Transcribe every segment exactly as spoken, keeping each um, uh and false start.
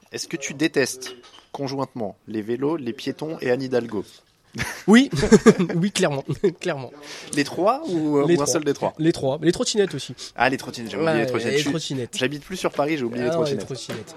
est-ce que tu détestes conjointement les vélos, les piétons et Anne Hidalgo? Oui, oui, clairement, clairement. Les trois ou, euh, Les ou trois. un seul des trois? Les trois, les trottinettes aussi. Ah, les trottinettes, j'ai oublié Ouais, les trottinettes. les Je suis- trottinettes. J'habite plus sur Paris, j'ai oublié les Ah, trottinettes. les trottinettes.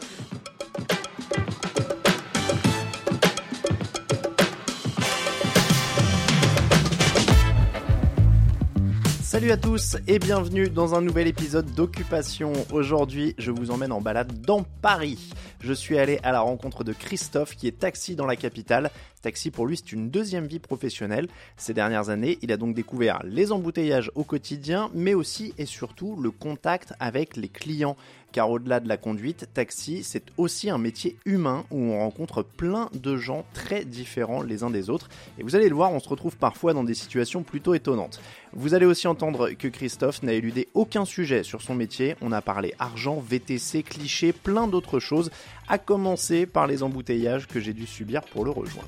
Salut à tous et bienvenue dans un nouvel épisode d'Occupation. Aujourd'hui, je vous emmène en balade dans Paris. Je suis allé à la rencontre de Christophe qui est taxi dans la capitale. Taxi pour lui, c'est une deuxième vie professionnelle. Ces dernières années, il a donc découvert les embouteillages au quotidien, mais aussi et surtout le contact avec les clients. Car au-delà de la conduite, taxi, c'est aussi un métier humain où on rencontre plein de gens très différents les uns des autres. Et vous allez le voir, on se retrouve parfois dans des situations plutôt étonnantes. Vous allez aussi entendre que Christophe n'a éludé aucun sujet sur son métier. On a parlé argent, V T C, clichés, plein d'autres choses, à commencer par les embouteillages que j'ai dû subir pour le rejoindre.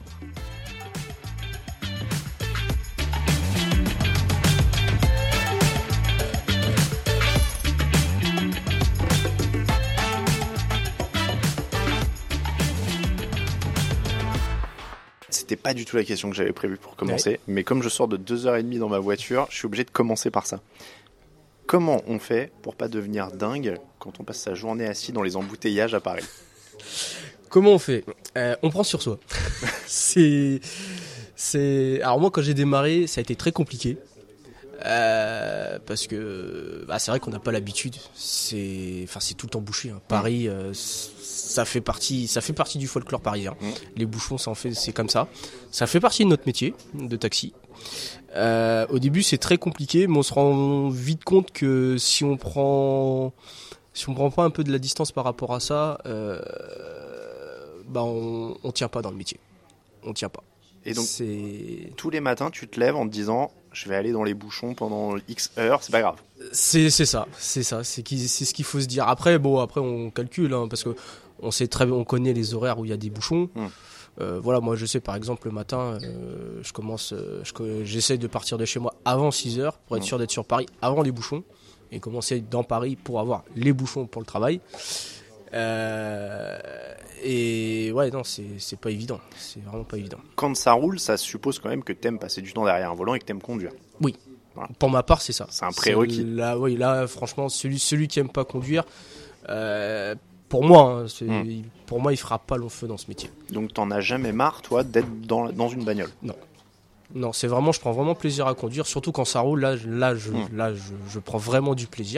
C'était pas du tout la question que j'avais prévue pour commencer, ouais. Mais comme je sors de deux heures trente dans ma voiture, je suis obligé de commencer par ça. Comment on fait pour pas devenir dingue quand on passe sa journée assis dans les embouteillages à Paris? Comment on fait euh, On prend sur soi. c'est, c'est. Alors moi, quand j'ai démarré, ça a été très compliqué. Euh, parce que bah, c'est vrai qu'on n'a pas l'habitude. C'est, enfin, c'est tout le temps bouché. Hein. Paris, euh, ça fait partie, ça fait partie du folklore parisien. Mmh. Les bouchons, ça en fait, c'est comme ça. Ça fait partie de notre métier de taxi. Euh, au début, c'est très compliqué, mais on se rend vite compte que si on prend, si on prend pas un peu de la distance par rapport à ça, euh, bah, on, on tient pas dans le métier. On tient pas. Et donc, c'est... tous les matins, tu te lèves en te disant, je vais aller dans les bouchons pendant X heures, c'est pas grave. C'est, c'est ça, c'est ça, c'est, qui, c'est ce qu'il faut se dire. Après, bon, après on calcule, hein, parce que on sait très, on connaît les horaires où il y a des bouchons. Hum. Euh, voilà, moi je sais par exemple le matin, euh, je commence, euh, je, j'essaie de partir de chez moi avant six heures pour être hum. sûr d'être sur Paris avant les bouchons et commencer dans Paris pour avoir les bouchons pour le travail. Euh, et ouais, non, c'est, c'est pas évident, c'est vraiment pas évident. Quand ça roule, ça suppose quand même que t'aimes passer du temps derrière un volant et que t'aimes conduire. Oui, voilà. Pour ma part, c'est ça. C'est un prérequis. C'est là, oui, là, franchement, celui, celui qui aime pas conduire, euh, pour moi, hein, c'est, mmh. il, pour moi, il fera pas long feu dans ce métier. Donc t'en as jamais marre, toi, d'être dans, dans une bagnole? Non. Non, c'est vraiment, je prends vraiment plaisir à conduire, surtout quand ça roule, là, là, je, mmh. là, je, je prends vraiment du plaisir.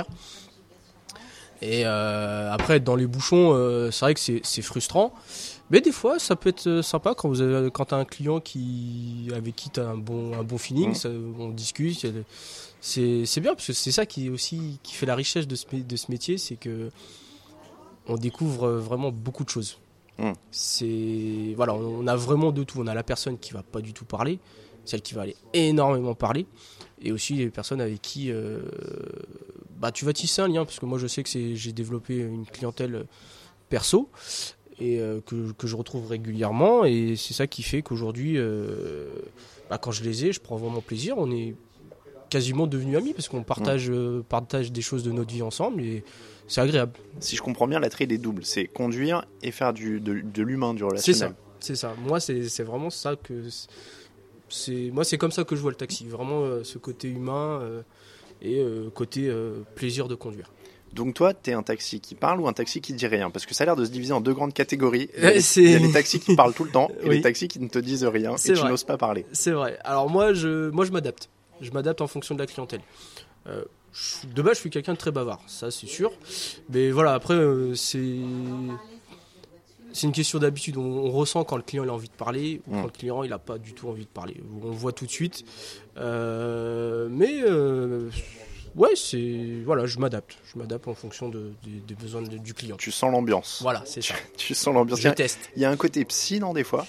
Et euh, après, être dans les bouchons, euh, c'est vrai que c'est, c'est frustrant. Mais des fois, ça peut être sympa quand vous avez, quand t'as un client qui, avec qui t'as un bon, un bon feeling, mmh. ça, on discute. C'est, c'est bien parce que c'est ça qui est aussi, qui fait la richesse de ce, de ce métier, c'est que on découvre vraiment beaucoup de choses. Mmh. C'est, voilà, on a vraiment de tout. On a la personne qui va pas du tout parler, celle qui va aller énormément parler, et aussi les personnes avec qui euh, bah, tu vas tisser un lien, parce que moi je sais que c'est, j'ai développé une clientèle perso et euh, que, que je retrouve régulièrement, et c'est ça qui fait qu'aujourd'hui euh, bah, quand je les ai, je prends vraiment plaisir. On est quasiment devenus amis parce qu'on partage, mmh. euh, partage des choses de notre vie ensemble et c'est agréable. Si je comprends bien, l'attrait il est double, c'est conduire et faire du, de, de l'humain, du relationnel. C'est ça, c'est ça. Moi c'est, c'est vraiment ça que... C'est, moi c'est comme ça que je vois le taxi, vraiment euh, ce côté humain euh, et euh, côté euh, plaisir de conduire. Donc toi, t'es un taxi qui parle ou un taxi qui dit rien? Parce que ça a l'air de se diviser en deux grandes catégories. Il y a, les, il y a les taxis qui parlent tout le temps et oui. les taxis qui ne te disent rien c'est et vrai. Tu n'oses pas parler. C'est vrai. Alors moi je, moi, je m'adapte. Je m'adapte en fonction de la clientèle. Euh, je, de base, je suis quelqu'un de très bavard, ça c'est sûr. Mais voilà, après, euh, c'est... C'est une question d'habitude. On, on ressent quand le client il a envie de parler ou mmh. quand le client il n'a pas du tout envie de parler. On le voit tout de suite. Euh, mais euh, ouais, c'est voilà, je m'adapte. Je m'adapte en fonction de, de, des besoins de, du client. Tu sens l'ambiance. Voilà, c'est ça. Tu sens l'ambiance. Je teste. Il y a un côté psy, non, des fois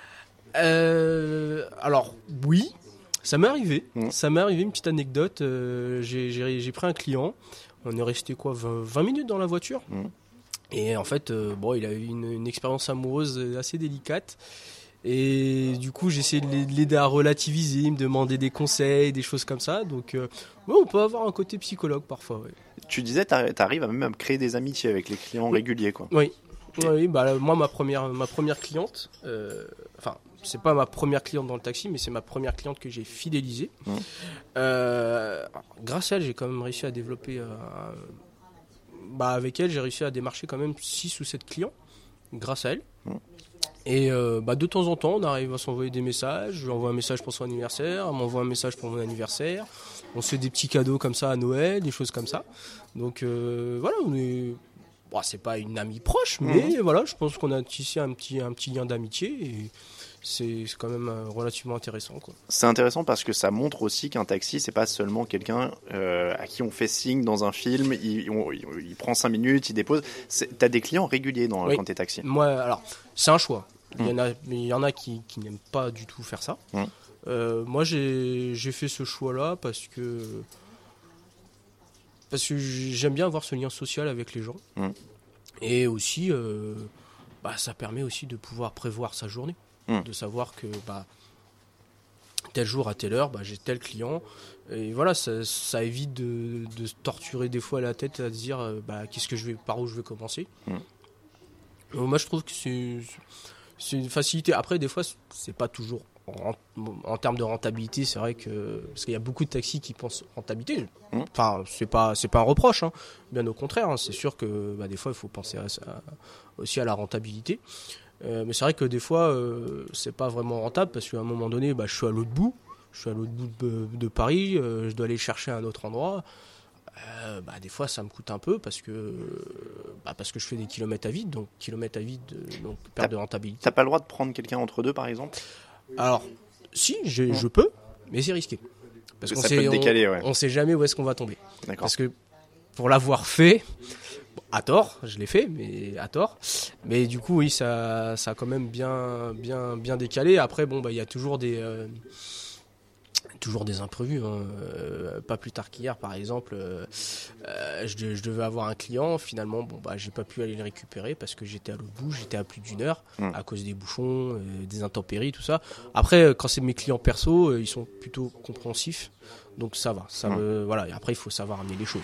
euh, Alors oui, ça m'est arrivé. Mmh. Ça m'est arrivé une petite anecdote. Euh, j'ai, j'ai, j'ai pris un client. On est resté quoi, vingt, vingt minutes dans la voiture. Mmh. Et en fait, euh, bon, il a eu une, une expérience amoureuse assez délicate. Et du coup, j'ai essayé de l'aider à relativiser, me demander des conseils, des choses comme ça. Donc, euh, ouais, on peut avoir un côté psychologue parfois. Ouais. Tu disais, tu arrives à même à créer des amitiés avec les clients réguliers, quoi. Oui. Oui, bah moi ma première ma première cliente, euh, enfin c'est pas ma première cliente dans le taxi, mais c'est ma première cliente que j'ai fidélisée. Mmh. Euh, grâce à elle, j'ai quand même réussi à développer. Euh, bah avec elle, j'ai réussi à démarcher quand même six ou sept clients, grâce à elle. Mmh. Et euh, bah de temps en temps, on arrive à s'envoyer des messages. Je lui envoie un message pour son anniversaire, elle m'envoie un message pour mon anniversaire. On se fait des petits cadeaux comme ça à Noël, des choses comme ça. Donc euh, voilà, on est. Bon, c'est pas une amie proche, mais mmh. voilà, je pense qu'on a tissé un petit, un petit lien d'amitié et c'est, c'est quand même relativement intéressant, quoi. C'est intéressant parce que ça montre aussi qu'un taxi, c'est pas seulement quelqu'un euh, à qui on fait signe dans un film, il, on, il, il prend cinq minutes, il dépose. C'est, t'as des clients réguliers dans, oui. quand t'es taxi. Moi, alors, c'est un choix. Mmh. Il y en a, il y en a qui, qui n'aiment pas du tout faire ça. Mmh. Euh, moi, j'ai, j'ai fait ce choix-là parce que. Parce que j'aime bien avoir ce lien social avec les gens. Mmh. Et aussi, euh, bah, ça permet aussi de pouvoir prévoir sa journée. Mmh. De savoir que bah, tel jour à telle heure, bah, j'ai tel client. Et voilà, ça, ça évite de, de se torturer des fois la tête à se dire bah, qu'est-ce que je vais, par où je vais commencer. Mmh. Donc, moi, je trouve que c'est, c'est une facilité. Après, des fois, c'est pas toujours... En, en termes de rentabilité, c'est vrai que parce qu'il y a beaucoup de taxis qui pensent rentabilité. Mmh. Enfin, c'est pas c'est pas un reproche, hein. Bien au contraire. Hein. C'est sûr que bah, des fois, il faut penser à, à, aussi à la rentabilité. Euh, mais c'est vrai que des fois, euh, c'est pas vraiment rentable parce qu'à un moment donné, bah, je suis à l'autre bout, je suis à l'autre bout de, de Paris, euh, je dois aller chercher à un autre endroit. Euh, bah, des fois, ça me coûte un peu parce que bah, parce que je fais des kilomètres à vide, donc kilomètres à vide, donc perte t'as, de rentabilité. T'as pas le droit de prendre quelqu'un entre deux, par exemple? Alors, si, je, mmh. je peux, mais c'est risqué. Parce qu'on ça sait, peut te décaler, on, ouais. on sait jamais où est-ce qu'on va tomber. D'accord. Parce que pour l'avoir fait, bon, à tort, je l'ai fait, mais à tort. Mais du coup, oui, ça, ça a quand même bien, bien, bien décalé. Après, bon, bah, il y a toujours des, euh, toujours des imprévus. Hein. Euh, pas plus tard qu'hier, par exemple, euh, euh, je, je devais avoir un client. Finalement, bon, bah, j'ai pas pu aller le récupérer parce que j'étais à l'autre bout, j'étais à plus d'une heure mmh. à cause des bouchons, euh, des intempéries, tout ça. Après, quand c'est mes clients perso, euh, ils sont plutôt compréhensifs, donc ça va. Ça mmh. me, voilà. Et après, il faut savoir amener les choses.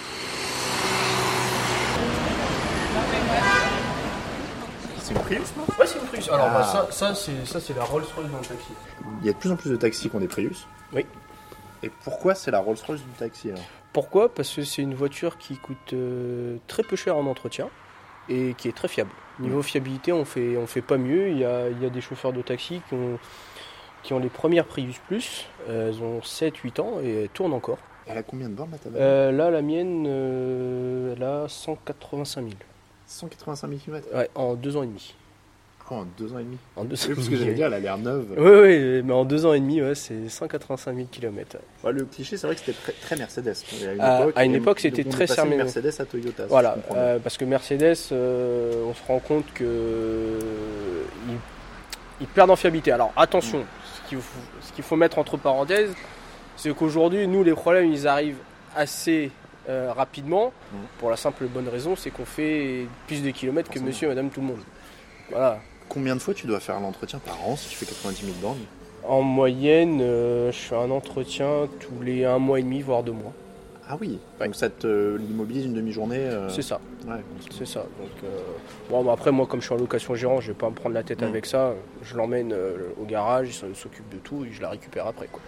C'est une Prius, non? Ouais, c'est une Prius. Alors, ah. bah, ça, ça, c'est, ça, c'est la Rolls-Royce dans le taxi. Il y a de plus en plus de taxis qui ont des Prius. Oui. Et pourquoi c'est la Rolls-Royce du taxi alors? Pourquoi? Parce que c'est une voiture qui coûte euh, très peu cher en entretien et qui est très fiable. Niveau mmh. fiabilité, on fait, on fait pas mieux. Il y a, il y a des chauffeurs de taxi qui ont, qui ont les premières Prius Plus. Euh, elles ont sept huit ans et elles tournent encore. Elle a combien de bornes, la euh, Là, la mienne, euh, elle a cent quatre-vingt-cinq mille. cent quatre-vingt-cinq mille kilomètres? Ouais, en deux ans et demi. Oh, en deux ans et demi? En deux ans oui, parce que j'allais dire, elle a l'air neuve. Oui, oui, mais en deux ans et demi, ouais, c'est cent quatre-vingt-cinq mille kilomètres. Ouais. Ouais, le cliché, c'est vrai que c'était très, très Mercedes. À une époque, à une époque c'était très sermé. Mercedes à Toyota. Voilà, euh, parce que Mercedes, euh, on se rend compte que euh, ils, ils perdent en fiabilité. Alors attention, mmh. ce, qu'il faut, ce qu'il faut mettre entre parenthèses, c'est qu'aujourd'hui, nous, les problèmes, ils arrivent assez euh, rapidement. Mmh. Pour la simple et bonne raison, c'est qu'on fait plus de kilomètres que monsieur et madame tout le monde. Voilà. Combien de fois tu dois faire l'entretien par an si tu fais quatre-vingt-dix mille bornes? En moyenne, euh, je fais un entretien tous les un mois et demi, voire deux mois. Ah oui, ouais. Donc ça te l'immobilise une demi-journée euh... C'est ça. Ouais, c'est ça. Donc, euh... bon, bah après, moi, comme je suis en location gérant, je vais pas me prendre la tête mmh. avec ça. Je l'emmène euh, au garage, il s'occupe de tout et je la récupère après, quoi.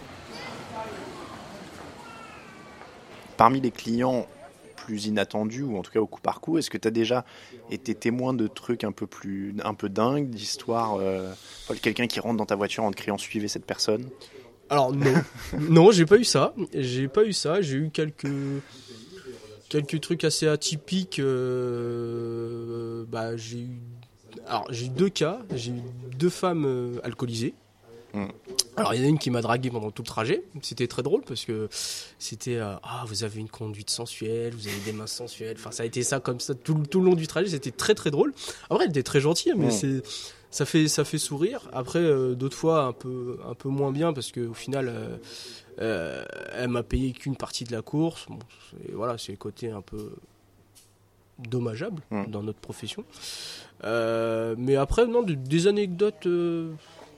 Parmi les clients plus inattendus, ou en tout cas au coup par coup, est-ce que tu as déjà été témoin de trucs un peu plus un peu dingues, d'histoires, euh, quelqu'un qui rentre dans ta voiture en te criant suivez cette personne? Alors non, non, j'ai pas eu ça. J'ai pas eu ça. J'ai eu quelques quelques trucs assez atypiques. Euh, bah j'ai eu, alors j'ai eu deux cas. J'ai eu deux femmes euh, alcoolisées. Mmh. Alors il y en a une qui m'a dragué pendant tout le trajet. C'était très drôle parce que c'était euh, ah vous avez une conduite sensuelle, vous avez des mains sensuelles. Enfin ça a été ça comme ça tout, tout le long du trajet. C'était très très drôle. Après elle était très gentille, mais mmh. c'est ça fait ça fait sourire. Après euh, d'autres fois un peu un peu moins bien parce que au final euh, euh, elle m'a payé qu'une partie de la course. Bon, c'est, voilà c'est le côté un peu dommageable mmh. dans notre profession. Euh, mais après non des anecdotes. Euh,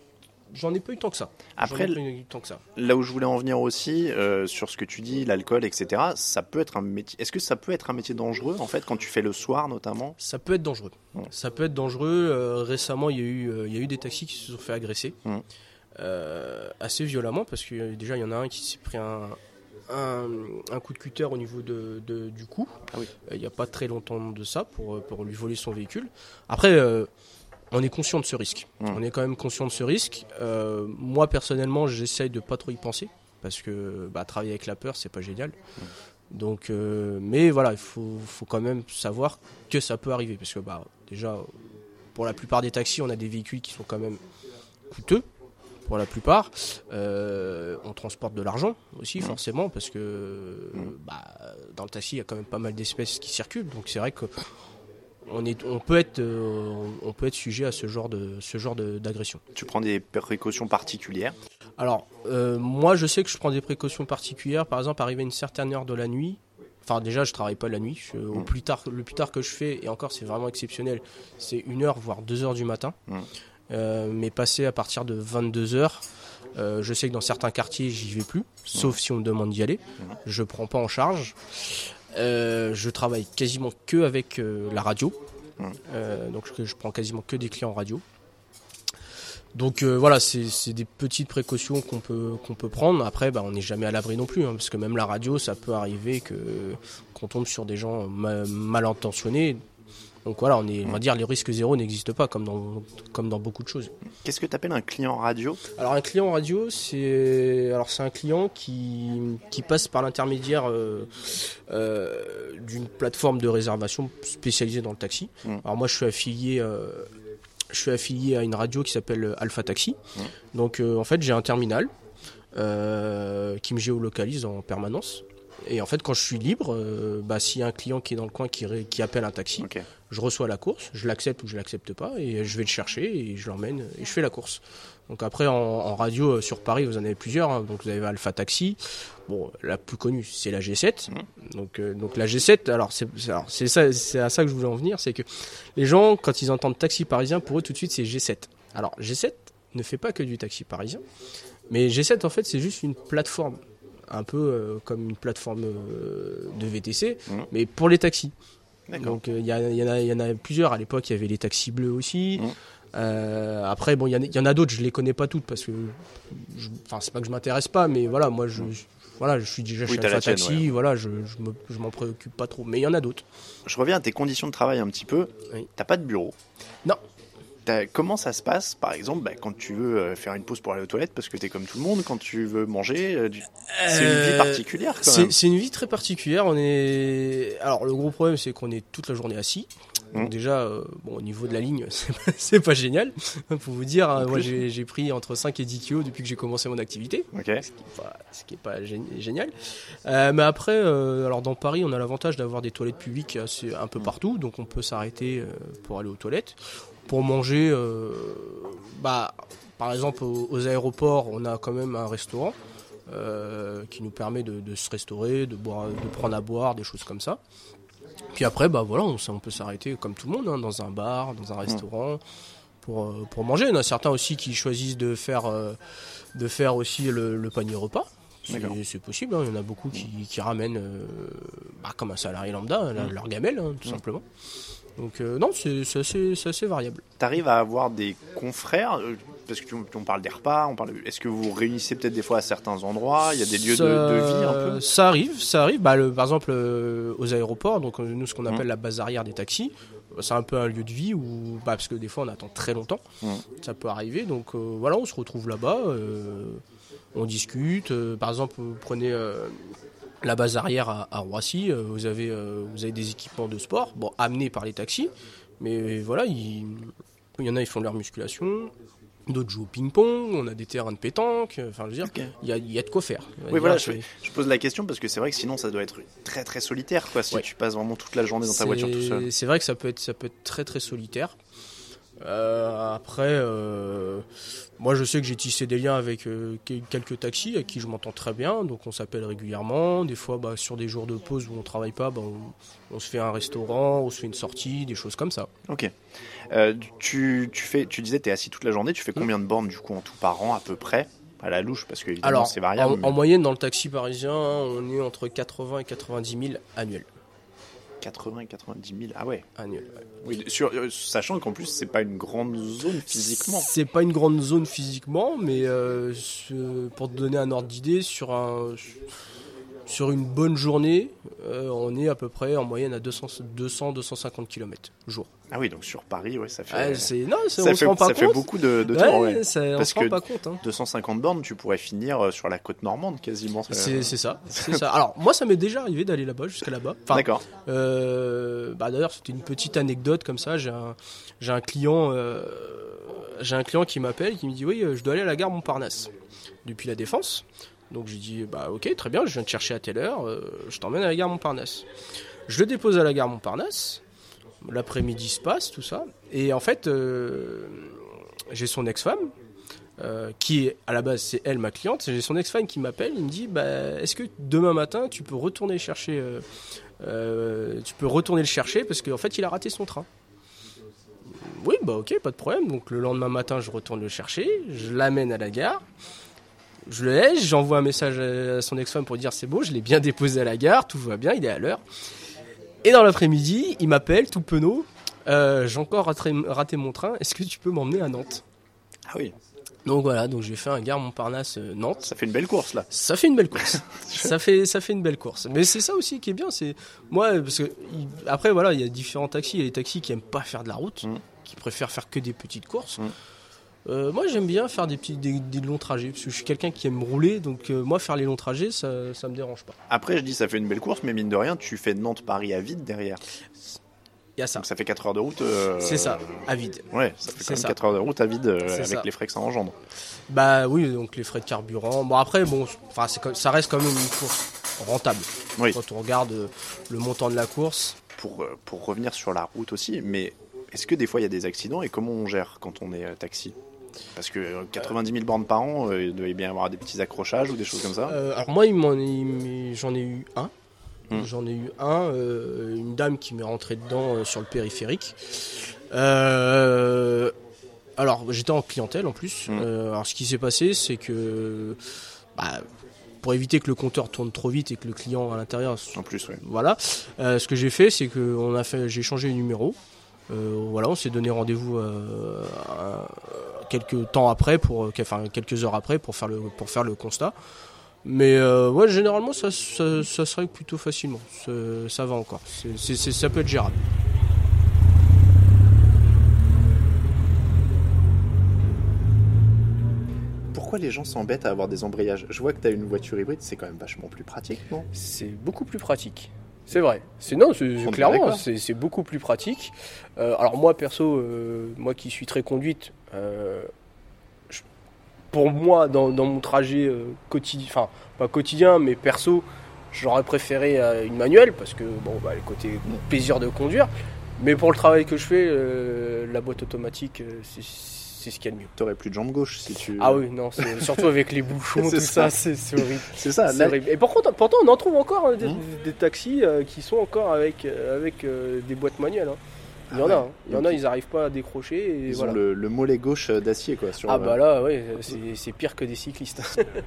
j'en ai pas eu tant que ça. Après, j'en ai pas eu tant que ça. Là où je voulais en venir aussi, euh, sur ce que tu dis, l'alcool, et cetera, ça peut être un métier. Est-ce que ça peut être un métier dangereux, en fait, quand tu fais le soir, notamment ? Ça peut être dangereux. Mmh. Ça peut être dangereux. Euh, récemment, il y a eu, euh, il y a eu des taxis qui se sont fait agresser. Mmh. Euh, assez violemment, parce que euh, déjà, il y en a un qui s'est pris un... Un, un coup de cutter au niveau de, de, du cou. Ah oui. Il n'y a pas très longtemps de ça pour, pour lui voler son véhicule. Après, euh, on est conscient de ce risque. Mmh. On est quand même conscient de ce risque. Euh, moi, personnellement, j'essaye de pas trop y penser parce que bah, travailler avec la peur, c'est pas génial. Mmh. Donc, euh, mais voilà, il faut, faut quand même savoir que ça peut arriver parce que bah, déjà, pour la plupart des taxis, on a des véhicules qui sont quand même coûteux. Pour la plupart, euh, on transporte de l'argent aussi mmh. forcément parce que mmh. bah, dans le taxi il y a quand même pas mal d'espèces qui circulent, donc c'est vrai que on, est, on, peut être, euh, on peut être sujet à ce genre, de, ce genre de, d'agression. Tu prends des précautions particulières ? Alors euh, moi je sais que je prends des précautions particulières, par exemple arrivé à une certaine heure de la nuit. Enfin déjà je travaille pas la nuit, je, mmh. au plus tard, le plus tard que je fais, et encore c'est vraiment exceptionnel, c'est une heure voire deux heures du matin. Mmh. Euh, mais passer à partir de vingt-deux heures, euh, je sais que dans certains quartiers j'y vais plus, sauf mmh. si on me demande d'y aller. Mmh. Je prends pas en charge. Euh, je travaille quasiment que avec euh, la radio, mmh. euh, donc je, je prends quasiment que des clients radio. Donc euh, voilà, c'est, c'est des petites précautions qu'on peut qu'on peut prendre. Après, bah, on n'est jamais à l'abri non plus, hein, parce que même la radio, ça peut arriver que qu'on tombe sur des gens ma- mal intentionnés. Donc voilà, on, est, on va dire les risques zéro n'existent pas comme dans, comme dans beaucoup de choses. Qu'est-ce que tu appelles un client radio ? Alors un client radio, c'est, alors c'est un client qui, qui passe par l'intermédiaire euh, euh, d'une plateforme de réservation spécialisée dans le taxi. Mmh. Alors moi je suis affilié, euh, je suis affilié à une radio qui s'appelle Alpha Taxi. Mmh. Donc euh, en fait j'ai un terminal euh, qui me géolocalise en permanence. Et en fait, quand je suis libre, euh, bah, s'il y a un client qui est dans le coin qui, ré, qui appelle un taxi, okay. je reçois la course, je l'accepte ou je l'accepte pas, et je vais le chercher et je l'emmène et je fais la course. Donc après, en, en radio euh, sur Paris, vous en avez plusieurs. Hein. Donc vous avez Alpha Taxi. Bon, la plus connue, c'est la G sept. Mmh. Donc, euh, donc la G sept, alors c'est, alors c'est ça, c'est à ça que je voulais en venir, c'est que les gens, quand ils entendent taxi parisien, pour eux tout de suite c'est G sept. Alors G sept ne fait pas que du taxi parisien, mais G sept en fait c'est juste une plateforme. Un peu euh, comme une plateforme euh, de V T C, mmh. mais pour les taxis. D'accord. Donc il euh, y, y, y en a plusieurs. À l'époque, il y avait les taxis bleus aussi. Mmh. Euh, après, bon, il y, y en a d'autres. Je les connais pas toutes parce que, enfin, c'est pas que je m'intéresse pas, mais voilà, moi, je, je voilà, je suis déjà oui, chef à taxi. Ouais. Voilà, je, je, me, je m'en préoccupe pas trop. Mais il y en a d'autres. Je reviens à tes conditions de travail un petit peu. Oui. T'as pas de bureau ? Non. T'as, comment ça se passe, par exemple, bah, quand tu veux faire une pause pour aller aux toilettes, parce que t'es comme tout le monde, quand tu veux manger, euh, c'est euh, une vie particulière quand c'est, même. C'est une vie très particulière. On est, alors le gros problème, c'est qu'on est toute la journée assis. Donc mmh. déjà, euh, bon, au niveau de la ligne, c'est pas, c'est pas génial. Pour vous dire, hein, moi j'ai, j'ai pris entre cinq et dix kilos depuis que j'ai commencé mon activité, okay. ce qui est pas, ce qui est pas génial. Euh, mais après, euh, alors dans Paris, on a l'avantage d'avoir des toilettes publiques assez, un peu mmh. partout, donc on peut s'arrêter euh, pour aller aux toilettes. Pour manger, euh, bah, par exemple aux, aux aéroports, on a quand même un restaurant euh, qui nous permet de, de se restaurer, de, boire, de prendre à boire, des choses comme ça. Puis après, bah voilà, on, on peut s'arrêter comme tout le monde, hein, dans un bar, dans un restaurant, pour, pour manger. Il y en a certains aussi qui choisissent de faire, euh, de faire aussi le, le panier repas. C'est, c'est possible, hein. Il y en a beaucoup qui, qui ramènent, euh, bah, comme un salarié lambda, mmh. leur gamelle, hein, tout mmh. simplement. Donc euh, non, c'est, c'est, assez, c'est assez variable. Tu arrives à avoir des confrères, parce que tu, on parle des repas, on parle de, est-ce que vous vous réunissez peut-être des fois à certains endroits, il y a des lieux ça, de, de vie un peu ? Ça arrive, ça arrive. Bah, le, par exemple euh, aux aéroports, donc nous ce qu'on appelle mmh. la base arrière des taxis, c'est un peu un lieu de vie où, bah, parce que des fois on attend très longtemps, mmh. ça peut arriver. Donc euh, voilà, on se retrouve là-bas, euh, on discute. Euh, par exemple, vous prenez euh, la base arrière à, à Roissy, euh, vous avez euh, vous avez des équipements de sport, bon amenés par les taxis, mais voilà, il, il y en a, ils font de leur musculation. D'autres jouent au ping-pong, on a des terrains de pétanque, enfin je veux dire, il okay. y, a, y a de quoi faire. Oui, voilà, je, je pose la question parce que c'est vrai que sinon ça doit être très très solitaire, quoi, si ouais. tu passes vraiment toute la journée dans ta c'est, voiture tout seul. C'est vrai que ça peut être, ça peut être très très solitaire. Euh, après, euh, moi je sais que j'ai tissé des liens avec euh, quelques taxis avec qui je m'entends très bien, donc on s'appelle régulièrement. Des fois, bah, sur des jours de pause où on travaille pas, bah, on, on se fait un restaurant, on se fait une sortie, des choses comme ça. Ok. Euh, tu, tu, fais, tu disais que tu es assis toute la journée, tu fais combien de bornes du coup en tout par an à peu près, à la louche, parce que évidemment Alors, c'est variable. En, mais... en moyenne, dans le taxi parisien, hein, on est entre quatre-vingts et quatre-vingt-dix mille annuels. quatre-vingts et quatre-vingt-dix mille, ah ouais. Annuel, ouais. Oui, sur, euh, sachant qu'en plus c'est pas une grande zone physiquement. C'est pas une grande zone physiquement, mais euh, ce, pour te donner un ordre d'idée, sur, un, sur une bonne journée, euh, on est à peu près en moyenne à deux cents à deux cent cinquante kilomètres jour. Ah oui, donc sur Paris, ouais, ça fait. Ouais, c'est, non, c'est, ça on fait, se rend pas ça compte. fait beaucoup de, de ouais, temps, ouais. Ça, on Parce se rend que pas compte. Hein. deux cent cinquante bornes, tu pourrais finir sur la côte normande quasiment. C'est, c'est ça, c'est ça. Alors moi, ça m'est déjà arrivé d'aller là-bas, jusqu'à là-bas. Enfin, D'accord. Euh, bah d'ailleurs, c'était une petite anecdote comme ça. J'ai un, j'ai un client, euh, j'ai un client qui m'appelle, qui me dit oui, je dois aller à la gare Montparnasse depuis la Défense. Donc j'ai dit bah ok, très bien, je viens te chercher à telle heure, euh, je t'emmène à la gare Montparnasse. Je le dépose à la gare Montparnasse. L'après-midi se passe, tout ça. Et en fait, euh, j'ai son ex-femme, euh, qui est, à la base, c'est elle ma cliente. J'ai son ex-femme qui m'appelle, il me dit, bah, est-ce que demain matin, tu peux retourner chercher, euh, euh, tu peux retourner le chercher parce qu'en fait, il a raté son train. Oui, bah ok, pas de problème. Donc le lendemain matin, je retourne le chercher, je l'amène à la gare. Je le laisse, j'envoie un message à son ex-femme pour dire c'est bon, je l'ai bien déposé à la gare, tout va bien, il est à l'heure. Et dans l'après-midi, il m'appelle, tout penaud, euh, j'ai encore raté, raté mon train, est-ce que tu peux m'emmener à Nantes ? Ah oui. Donc voilà, donc j'ai fait un gare Montparnasse euh, Nantes. Ça fait une belle course là. Ça fait une belle course. ça fait ça fait une belle course. Mais c'est ça aussi qui est bien, c'est moi parce que il, après voilà, il y a différents taxis, il y a des taxis qui aiment pas faire de la route, mmh. qui préfèrent faire que des petites courses. Mmh. Euh, moi j'aime bien faire des petits des, des longs trajets parce que je suis quelqu'un qui aime rouler, donc euh, moi faire les longs trajets ça ça me dérange pas. Après je dis ça fait une belle course, mais mine de rien tu fais Nantes-Paris à vide derrière. Il y a ça. Donc ça fait quatre heures de route. Euh... C'est ça, à vide. Ouais, ça fait quand c'est même ça. quatre heures de route à vide euh, avec ça. les frais que ça engendre. Bah oui, donc les frais de carburant. Bon après bon, enfin c'est comme, ça reste quand même une course rentable. Oui. Quand on regarde euh, le montant de la course. Pour euh, pour revenir sur la route aussi, mais est-ce que des fois il y a des accidents et comment on gère quand on est euh, taxi ? Parce que quatre-vingt-dix mille bornes par an, euh, il doit bien y avoir des petits accrochages ou des choses comme ça. Euh, alors moi, il m'en est, j'en ai eu un. Mmh. J'en ai eu un, euh, une dame qui m'est rentrée dedans euh, sur le périphérique. Euh, alors j'étais en clientèle en plus. Mmh. Euh, alors ce qui s'est passé, c'est que bah, pour éviter que le compteur tourne trop vite et que le client à l'intérieur. En plus, oui. Voilà. Euh, ce que j'ai fait, c'est que on a fait, j'ai changé les numéros. Euh, voilà, on s'est donné rendez-vous euh, à, quelques temps après, pour, enfin quelques heures après, pour faire le pour faire le constat. Mais euh, ouais, généralement, ça, ça, ça se règle plutôt facilement. Ça, ça va encore. C'est, c'est, c'est, ça peut être gérable. Pourquoi les gens s'embêtent à avoir des embrayages ? Je vois que tu as une voiture hybride, c'est quand même vachement plus pratique, non ? C'est beaucoup plus pratique. C'est vrai. C'est non, c'est, c'est clairement, c'est, c'est beaucoup plus pratique. Euh, alors moi perso, euh, moi qui suis très conduite, euh, je, pour moi dans, dans mon trajet euh, quotidien, enfin pas quotidien, mais perso, j'aurais préféré euh, une manuelle parce que bon, bah, le côté plaisir de conduire. Mais pour le travail que je fais, euh, la boîte automatique, euh, c'est, c'est ce qu'il y a de mieux. T'aurais plus de jambes gauche si tu... Ah oui, non, c'est, surtout avec les bouchons, tout ça, ça c'est, c'est horrible. C'est ça, c'est là... horrible. Et par contre, pourtant, on en trouve encore hein, des, mmh. des taxis euh, qui sont encore avec, euh, avec euh, des boîtes manuelles. Hein. Il y ah en ouais. a, hein. il y en a, ils n'arrivent pas à décrocher. Et ils voilà. ont le, le mollet gauche d'acier, quoi. Sur ah le... bah là, ouais, c'est, c'est pire que des cyclistes.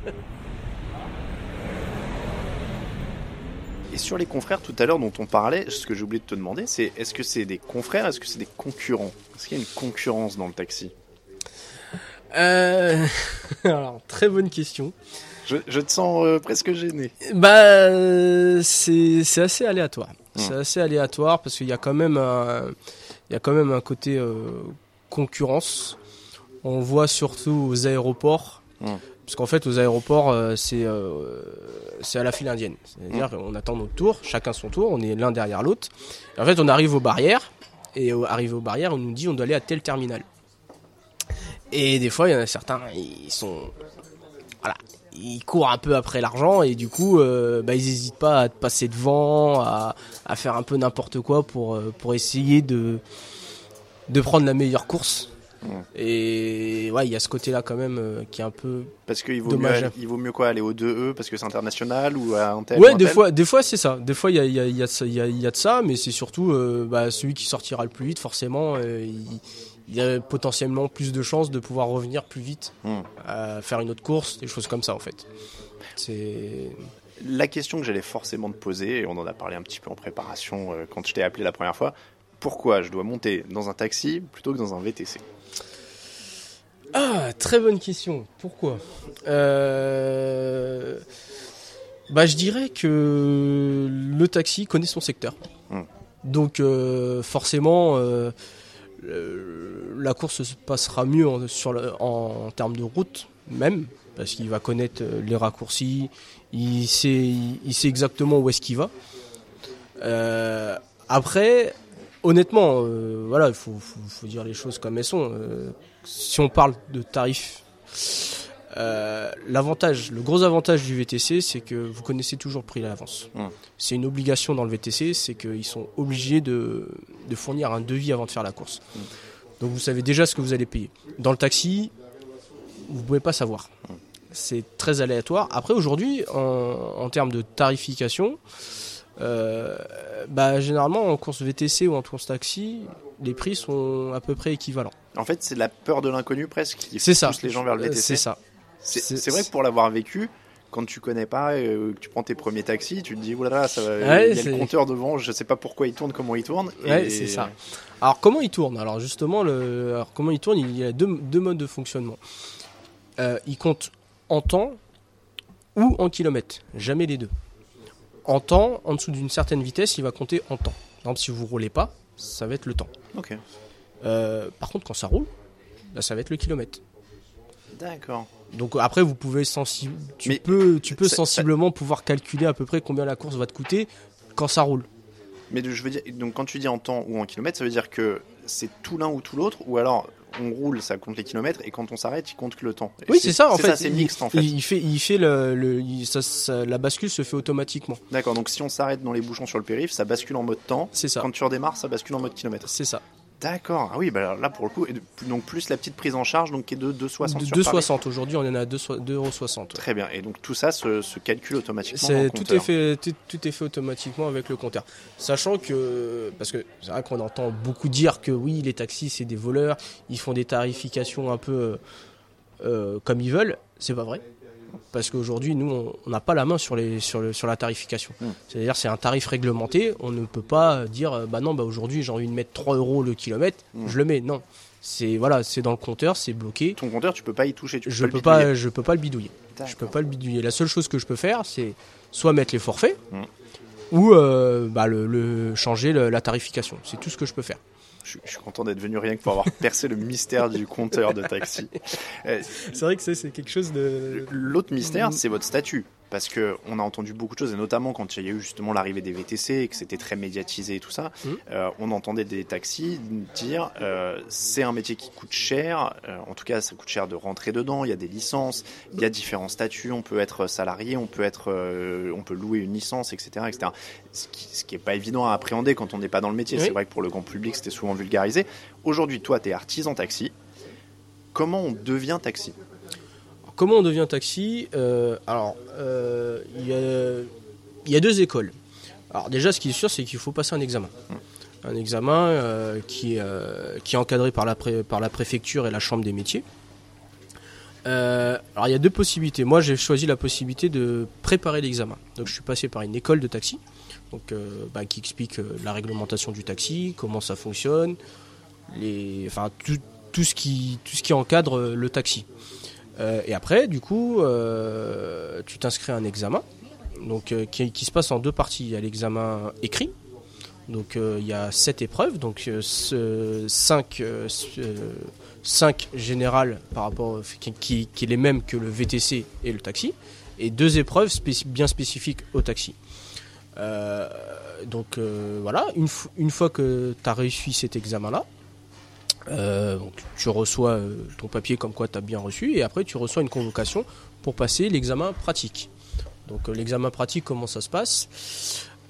Et sur les confrères, tout à l'heure dont on parlait, ce que j'ai oublié de te demander, c'est est-ce que c'est des confrères, est-ce que c'est des concurrents ? Est-ce qu'il y a une concurrence dans le taxi ? Euh... Alors, très bonne question. Je, je te sens euh, presque gêné. Bah, euh, c'est, c'est assez aléatoire. Mmh. C'est assez aléatoire parce qu'il y a quand même un, il y a quand même un côté euh, concurrence. On voit surtout aux aéroports. Mmh. Parce qu'en fait, aux aéroports, euh, c'est, euh, c'est à la file indienne. C'est-à-dire mmh. qu'on attend notre tour, chacun son tour, on est l'un derrière l'autre. Et en fait, on arrive aux barrières, et euh, arrivé aux barrières, on nous dit on doit aller à tel terminal. Et des fois, il y en a certains, ils sont... Voilà, ils courent un peu après l'argent, et du coup, euh, bah, ils n'hésitent pas à te passer devant, à, à faire un peu n'importe quoi pour, pour essayer de... de prendre la meilleure course. Mmh. Et ouais, il y a ce côté-là quand même euh, qui est un peu parce qu'il vaut mieux, aller, il vaut mieux quoi aller au deux E parce que c'est international ou à un tel. Ouais, ou des tel. fois, des fois c'est ça. Des fois il y a, il y a, il y a, il y a, il y a de ça, mais c'est surtout euh, bah, celui qui sortira le plus vite, forcément, euh, il, il y a potentiellement plus de chances de pouvoir revenir plus vite, mmh. euh, faire une autre course, des choses comme ça en fait. C'est la question que j'allais forcément te poser, et on en a parlé un petit peu en préparation euh, quand je t'ai appelé la première fois. Pourquoi je dois monter dans un taxi plutôt que dans un V T C ? Ah, très bonne question. Pourquoi ? euh... Bah, je dirais que le taxi connaît son secteur. Mmh. Donc, euh, forcément, euh, euh, la course se passera mieux en, sur le, en, en termes de route, même, parce qu'il va connaître les raccourcis, il sait, il, il sait exactement où est-ce qu'il va. Euh, après, honnêtement, euh, voilà, il faut, faut, faut dire les choses comme elles sont. Euh, si on parle de tarifs, euh, l'avantage, le gros avantage du V T C, c'est que vous connaissez toujours le prix à l'avance. Mmh. C'est une obligation dans le V T C, c'est qu'ils sont obligés de, de fournir un devis avant de faire la course. Mmh. Donc vous savez déjà ce que vous allez payer. Dans le taxi, vous ne pouvez pas savoir. Mmh. C'est très aléatoire. Après, aujourd'hui, en, en termes de tarification, Euh, bah, généralement en course V T C ou en course taxi, les prix sont à peu près équivalents. En fait, c'est la peur de l'inconnu presque qui c'est pousse ça. les gens vers le V T C. C'est ça. C'est, c'est, c'est vrai que pour l'avoir vécu, quand tu connais pas, euh, que tu prends tes premiers taxis, tu te dis oulala, ça va, ouais, il y a c'est... le compteur devant, je sais pas pourquoi il tourne, comment il tourne. Ouais, et... c'est ça. Alors comment il tourne ? Alors justement, le... Alors, comment il tourne ? Il y a deux, deux modes de fonctionnement. Euh, il compte en temps ou en kilomètres, jamais les deux. En temps, en dessous d'une certaine vitesse, il va compter en temps. Par exemple, si vous ne roulez pas, ça va être le temps. Okay. Euh, par contre, quand ça roule, là, ça va être le kilomètre. D'accord. Donc après, vous pouvez sensi... tu Mais peux, tu peux ça, sensiblement ça... pouvoir calculer à peu près combien la course va te coûter quand ça roule. Mais je veux dire, donc quand tu dis en temps ou en kilomètres, ça veut dire que c'est tout l'un ou tout l'autre, ou alors on roule, ça compte les kilomètres, et quand on s'arrête, il compte que le temps. Et oui, c'est, c'est ça, en c'est fait. Ça, c'est il, mixte, en fait. Il fait, il fait le, le il, ça, ça, la bascule se fait automatiquement. D'accord, donc si on s'arrête dans les bouchons sur le périph', ça bascule en mode temps. C'est ça. Quand tu redémarres, ça bascule en mode kilomètre. C'est ça. D'accord, ah oui, bah là pour le coup, donc plus la petite prise en charge, donc qui est de deux euros soixante de sur deux Paris. euros soixante, aujourd'hui on en est à deux euros soixante. Très bien, et donc tout ça se, se calcule automatiquement c'est, dans le tout compteur. Est fait, tout, tout est fait automatiquement avec le compteur. Sachant que, parce que c'est vrai qu'on entend beaucoup dire que oui, les taxis c'est des voleurs, ils font des tarifications un peu euh, comme ils veulent, c'est pas vrai. Parce qu'aujourd'hui, nous, on n'a pas la main sur, les, sur, le, sur la tarification. Mmh. C'est-à-dire c'est un tarif réglementé. On ne peut pas dire, bah non, bah aujourd'hui, j'ai envie de mettre trois euros le kilomètre, mmh. je le mets. Non, c'est, voilà, c'est dans le compteur, c'est bloqué. Ton compteur, tu peux pas y toucher, tu peux je pas peux le bidouiller. Pas, je peux pas le bidouiller. D'accord. Je peux pas le bidouiller. La seule chose que je peux faire, c'est soit mettre les forfaits, mmh. ou euh, bah, le, le, changer le, la tarification. C'est tout ce que je peux faire. Je, je suis content d'être venu rien que pour avoir percé le mystère du compteur de taxi. Euh, c'est vrai que c'est, c'est quelque chose de... L'autre mystère, c'est votre statut. Parce qu'on a entendu beaucoup de choses, et notamment quand il y a eu justement l'arrivée des V T C, et que c'était très médiatisé et tout ça, mmh. euh, on entendait des taxis dire euh, c'est un métier qui coûte cher, euh, en tout cas ça coûte cher de rentrer dedans, il y a des licences, il y a différents statuts, on peut être salarié, on peut, être, euh, on peut louer une licence, et cetera, et cetera. Ce qui n'est pas évident à appréhender quand on n'est pas dans le métier, oui. C'est vrai que pour le grand public c'était souvent vulgarisé. Aujourd'hui, toi tu es artisan taxi, comment on devient taxi ? Comment on devient taxi ? euh, Alors, il euh, y, y a deux écoles. Alors déjà, ce qui est sûr, c'est qu'il faut passer un examen. Un examen euh, qui, euh, qui est encadré par la, pré, par la préfecture et la chambre des métiers. Euh, alors, il y a deux possibilités. Moi, j'ai choisi la possibilité de préparer l'examen. Donc, je suis passé par une école de taxi, donc, euh, bah, qui explique euh, la réglementation du taxi, comment ça fonctionne, les, enfin, tout, tout, ce qui, tout ce qui encadre le taxi. Euh, et après, du coup, euh, tu t'inscris à un examen donc, euh, qui, qui se passe en deux parties. Il y a l'examen écrit, donc euh, il y a sept épreuves, donc euh, cinq, euh, cinq générales par rapport, qui, qui, qui est les mêmes que le V T C et le taxi, et deux épreuves spécif- bien spécifiques au taxi. Euh, donc euh, voilà, une, f- une fois que tu as réussi cet examen-là, Euh, donc tu reçois euh, ton papier comme quoi tu as bien reçu, et après tu reçois une convocation pour passer l'examen pratique. Donc euh, l'examen pratique, comment ça se passe ?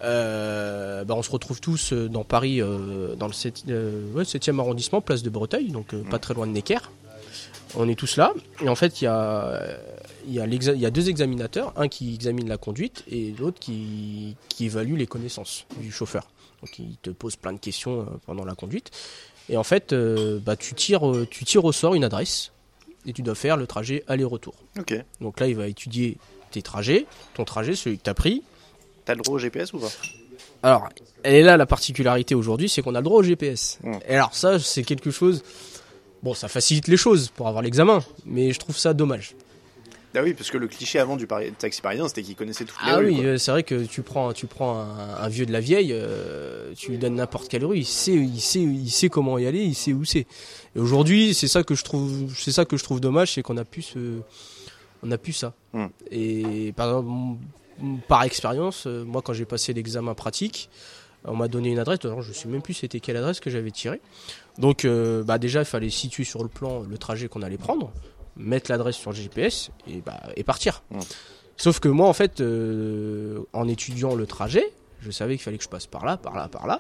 Euh, bah, on se retrouve tous dans Paris, euh, dans le sept, euh, ouais, septième arrondissement, place de Breteuil, donc euh, pas très loin de Necker. On est tous là, et en fait, il y a, y, a y a deux examinateurs, un qui examine la conduite et l'autre qui, qui évalue les connaissances du chauffeur. Donc, il te pose plein de questions euh, pendant la conduite. Et en fait, euh, bah, tu, tires, tu tires au sort une adresse, et tu dois faire le trajet aller-retour. Ok. Donc là, il va étudier tes trajets, ton trajet, celui que tu as pris. T'as le droit au G P S ou pas? Alors, elle est là la particularité aujourd'hui, c'est qu'on a le droit au G P S. Mmh. Et alors ça, c'est quelque chose... Bon, ça facilite les choses pour avoir l'examen, mais je trouve ça dommage. Ah oui, parce que le cliché avant du pari- taxi parisien, c'était qu'il connaissait toutes les ah rues. Ah oui, quoi. C'est vrai que tu prends, tu prends un, un vieux de la vieille, euh, tu lui donnes n'importe quelle rue, il sait, il sait, il sait comment y aller, il sait où c'est. Et aujourd'hui, c'est ça que je trouve, c'est ça que je trouve dommage, c'est qu'on a pu ce, on a pu ça. Mmh. Et par exemple, par expérience, moi quand j'ai passé l'examen pratique, on m'a donné une adresse, alors je ne sais même plus c'était quelle adresse que j'avais tirée. Donc euh, bah déjà il fallait situer sur le plan le trajet qu'on allait prendre, mettre l'adresse sur le G P S et, bah, et partir. Mmh. Sauf que moi en fait, euh, en étudiant le trajet, je savais qu'il fallait que je passe par là, par là, par là.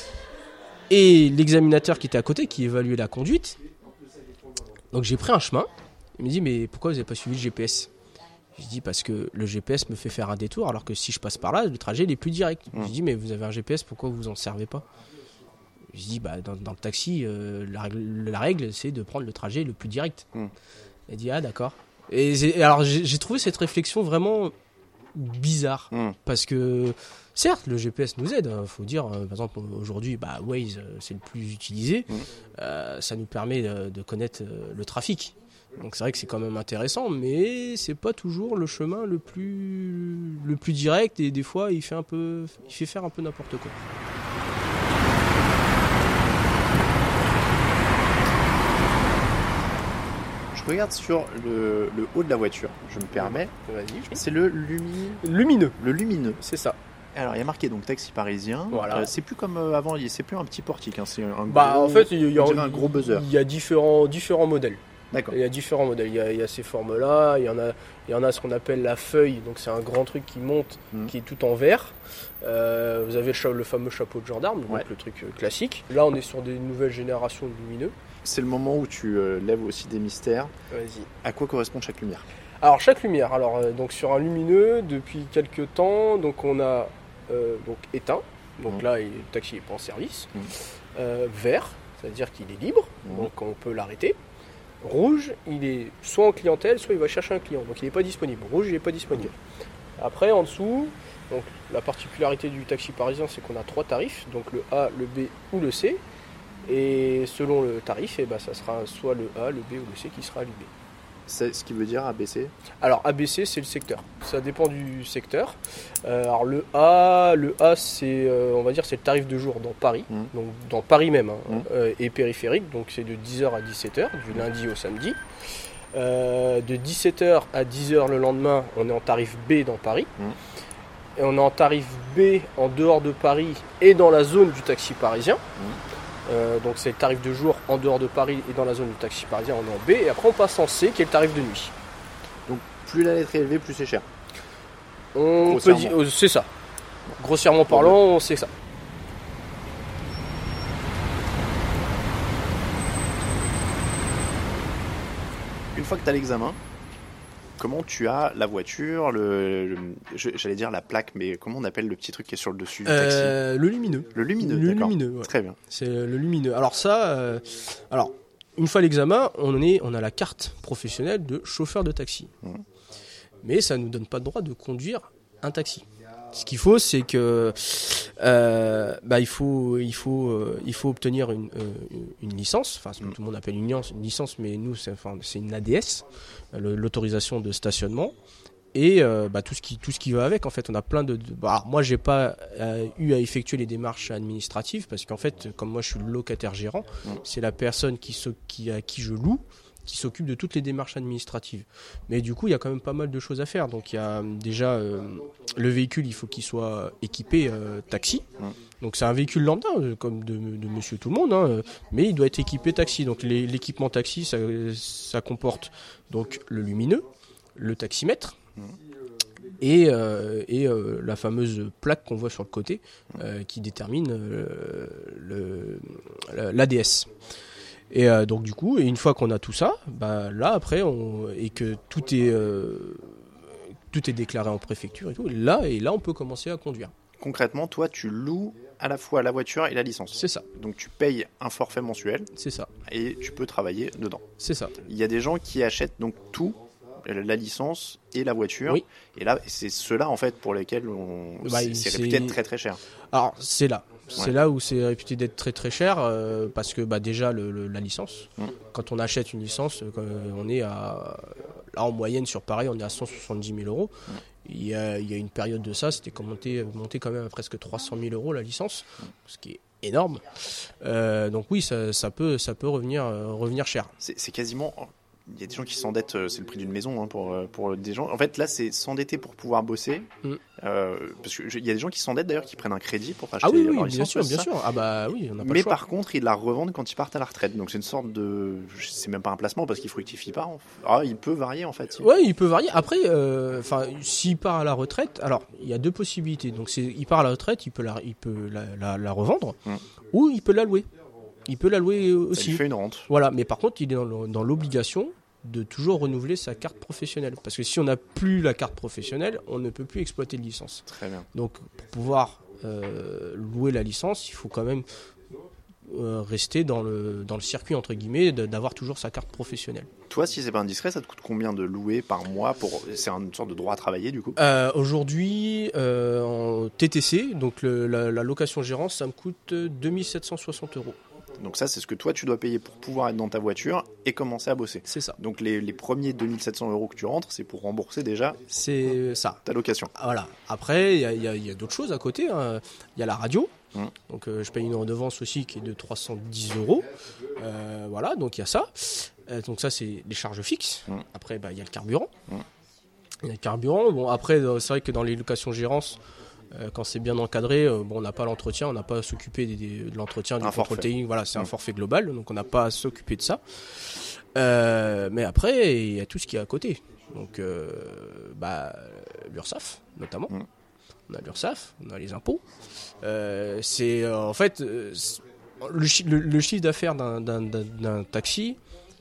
Et l'examinateur qui était à côté, qui évaluait la conduite, donc j'ai pris un chemin, il me dit mais pourquoi vous n'avez pas suivi le G P S ? Je dis parce que le G P S me fait faire un détour alors que si je passe par là, le trajet il est plus direct. Mmh. Je dis mais vous avez un G P S, pourquoi vous en servez pas ? Je dis bah dans, dans le taxi, euh, la, règle, la règle c'est de prendre le trajet le plus direct. Mmh. Elle dit ah d'accord. Et, et alors j'ai, j'ai trouvé cette réflexion vraiment bizarre mmh. parce que certes le G P S nous aide, hein, faut dire euh, par exemple aujourd'hui bah Waze euh, c'est le plus utilisé, mmh. euh, ça nous permet de, de connaître euh, le trafic. Donc c'est vrai que c'est quand même intéressant, mais c'est pas toujours le chemin le plus le plus direct et des fois il fait un peu il fait faire un peu n'importe quoi. Je regarde sur le, le haut de la voiture, je me permets. Vas-y. C'est le lumi... lumineux. Le lumineux, c'est ça. Alors il y a marqué donc taxi parisien. Voilà. Euh, c'est plus comme euh, avant, c'est plus un petit portique, hein, c'est un bah gros, en fait il y a un gros buzzer. Il y a différents différents modèles. D'accord. Il y a différents modèles. Il y a, il y a ces formes-là. Il y en a, il y en a ce qu'on appelle la feuille. Donc c'est un grand truc qui monte, mmh. qui est tout en vert. Euh, vous avez le, cha- le fameux chapeau de gendarme, donc ouais. le truc euh, classique. Là, on est sur des nouvelles générations de lumineux. C'est le moment où tu euh, lèves aussi des mystères. Vas-y. À quoi correspond chaque lumière ? Alors chaque lumière. Alors euh, donc sur un lumineux, depuis quelques temps, donc on a euh, donc éteint. Donc mmh. là, il, le taxi n'est pas en service. Mmh. Euh, vert, c'est-à-dire qu'il est libre, mmh. donc on peut l'arrêter. Rouge, il est soit en clientèle, soit il va chercher un client. Donc il n'est pas disponible. Rouge, il n'est pas disponible. Après, en dessous, donc, la particularité du taxi parisien, c'est qu'on a trois tarifs. Donc le A, le B ou le C. Et selon le tarif, eh ben, ça sera soit le A, le B ou le C qui sera allumé. C'est ce qui veut dire A B C ? Alors A B C, c'est le secteur. Ça dépend du secteur. Euh, alors le A, le A, c'est euh, on va dire c'est le tarif de jour dans Paris, mmh. donc dans Paris même, hein, mmh. euh, et périphérique. Donc c'est de dix heures à dix-sept heures du lundi au samedi. Euh, de dix-sept heures à dix heures le lendemain, on est en tarif B dans Paris. Mmh. Et on est en tarif B en dehors de Paris et dans la zone du taxi parisien. Mmh. Euh, donc c'est le tarif de jour en dehors de Paris et dans la zone du taxi parisien, on est en B, et après on passe en C qui est le tarif de nuit. Donc plus la lettre est élevée, plus c'est cher. On peut dire, c'est ça. Grossièrement parlant, c'est ça. Une fois que tu as l'examen, comment tu as la voiture, le, le, j'allais dire la plaque, mais comment on appelle le petit truc qui est sur le dessus du taxi ? euh, Le lumineux. Le lumineux, le d'accord. Lumineux, ouais. Très bien. C'est le lumineux. Alors ça, euh, alors une fois l'examen, on est, on a la carte professionnelle de chauffeur de taxi, mmh. mais ça nous donne pas le droit de conduire un taxi. Ce qu'il faut, c'est que euh, bah, il faut, il faut, euh, il faut obtenir une, euh, une licence. Enfin, mmh. tout le monde appelle une licence, une licence, mais nous, c'est, enfin, c'est une A D S, l'autorisation de stationnement, et euh, bah, tout ce qui, tout ce qui va avec. En fait, on a plein de. de bah, moi, j'ai pas euh, eu à effectuer les démarches administratives parce qu'en fait, comme moi, je suis le locataire gérant, mmh. c'est la personne qui, qui à qui je loue qui s'occupe de toutes les démarches administratives. Mais du coup, il y a quand même pas mal de choses à faire. Donc, il y a déjà euh, le véhicule, il faut qu'il soit équipé euh, taxi. Mmh. Donc, c'est un véhicule lambda, comme de, de monsieur tout le monde, hein, mais il doit être équipé taxi. Donc, les, l'équipement taxi, ça, ça comporte donc le lumineux, le taximètre, mmh. et, euh, et euh, la fameuse plaque qu'on voit sur le côté euh, qui détermine euh, le, le, l'A D S. Et euh, donc du coup, et une fois qu'on a tout ça, bah, là après, on, et que tout est, euh, tout est déclaré en préfecture et tout, là, et là on peut commencer à conduire. Concrètement, toi, tu loues à la fois la voiture et la licence. C'est ça. Donc tu payes un forfait mensuel. C'est ça. Et tu peux travailler dedans. C'est ça. Il y a des gens qui achètent donc tout, la licence et la voiture. Oui. Et là, c'est ceux-là en fait pour lesquels on... Bah, c'est, c'est réputé être très très cher. Alors c'est là. C'est Ouais. là où c'est réputé d'être très très cher euh, parce que bah, déjà le, le, la licence, Mm. quand on achète une licence, euh, on est à, là en moyenne sur Paris, on est à cent soixante-dix mille euros. Mm. Il y, a, il y a une période de ça, c'était monté, monté quand même à presque trois cent mille euros la licence, mm. ce qui est énorme. Euh, donc oui, ça, ça, peut, ça peut revenir, euh, revenir cher. C'est, c'est quasiment... Il y a des gens qui s'endettent, c'est le prix d'une maison hein, pour, pour des gens. En fait, là, c'est s'endetter pour pouvoir bosser. Mm. Euh, parce qu'il y a des gens qui s'endettent d'ailleurs, qui prennent un crédit pour acheter ah oui, oui, leur bien licence. sûr, bien sûr. Ah bah oui, on n'a pas Mais le choix. par contre, ils la revendent quand ils partent à la retraite. Donc c'est une sorte de... C'est même pas un placement parce qu'il fructifie pas. Ah, il peut varier en fait. Ouais, il peut varier. Après, euh, s'il part à la retraite, alors il y a deux possibilités. Donc c'est, il part à la retraite, il peut la, il peut la, la, la revendre mm. ou il peut la louer. Il peut la louer aussi. Ça lui fait une rente. Voilà, mais par contre, il est dans, dans l'obligation de toujours renouveler sa carte professionnelle. Parce que si on n'a plus la carte professionnelle, on ne peut plus exploiter de licence. Très bien. Donc, pour pouvoir euh, louer la licence, il faut quand même euh, rester dans le, dans le circuit, entre guillemets, de, d'avoir toujours sa carte professionnelle. Toi, si c'est pas indiscret, ça te coûte combien de louer par mois pour... C'est une sorte de droit à travailler, du coup euh, Aujourd'hui, euh, en T T C, donc le, la, la location-gérance, ça me coûte deux mille sept cent soixante euros. Donc ça, c'est ce que toi, tu dois payer pour pouvoir être dans ta voiture et commencer à bosser. C'est ça. Donc les, les premiers deux mille sept cents euros que tu rentres, c'est pour rembourser déjà c'est ça. Ta location. Voilà. Après, il y a, y a, y a d'autres choses à côté. Il hein. y a la radio. Mmh. Donc euh, je paye une redevance aussi qui est de trois cent dix euros. Euh, voilà, donc il y a ça. Euh, donc ça, c'est les charges fixes. Mmh. Après, bah, y a le carburant. Il mmh. y a le carburant. Bon, après, c'est vrai que dans les locations-gérances, quand c'est bien encadré, bon, on n'a pas l'entretien, on n'a pas à s'occuper des, des, de l'entretien, du contrôle technique. Voilà, c'est mmh. un forfait global, donc on n'a pas à s'occuper de ça. Euh, mais après, il y a tout ce qui est à côté. Donc, euh, bah, l'URSSAF, notamment. Mmh. On a l'URSSAF, on a les impôts. Euh, c'est euh, en fait euh, le, chi- le, le chiffre d'affaires d'un, d'un, d'un, d'un taxi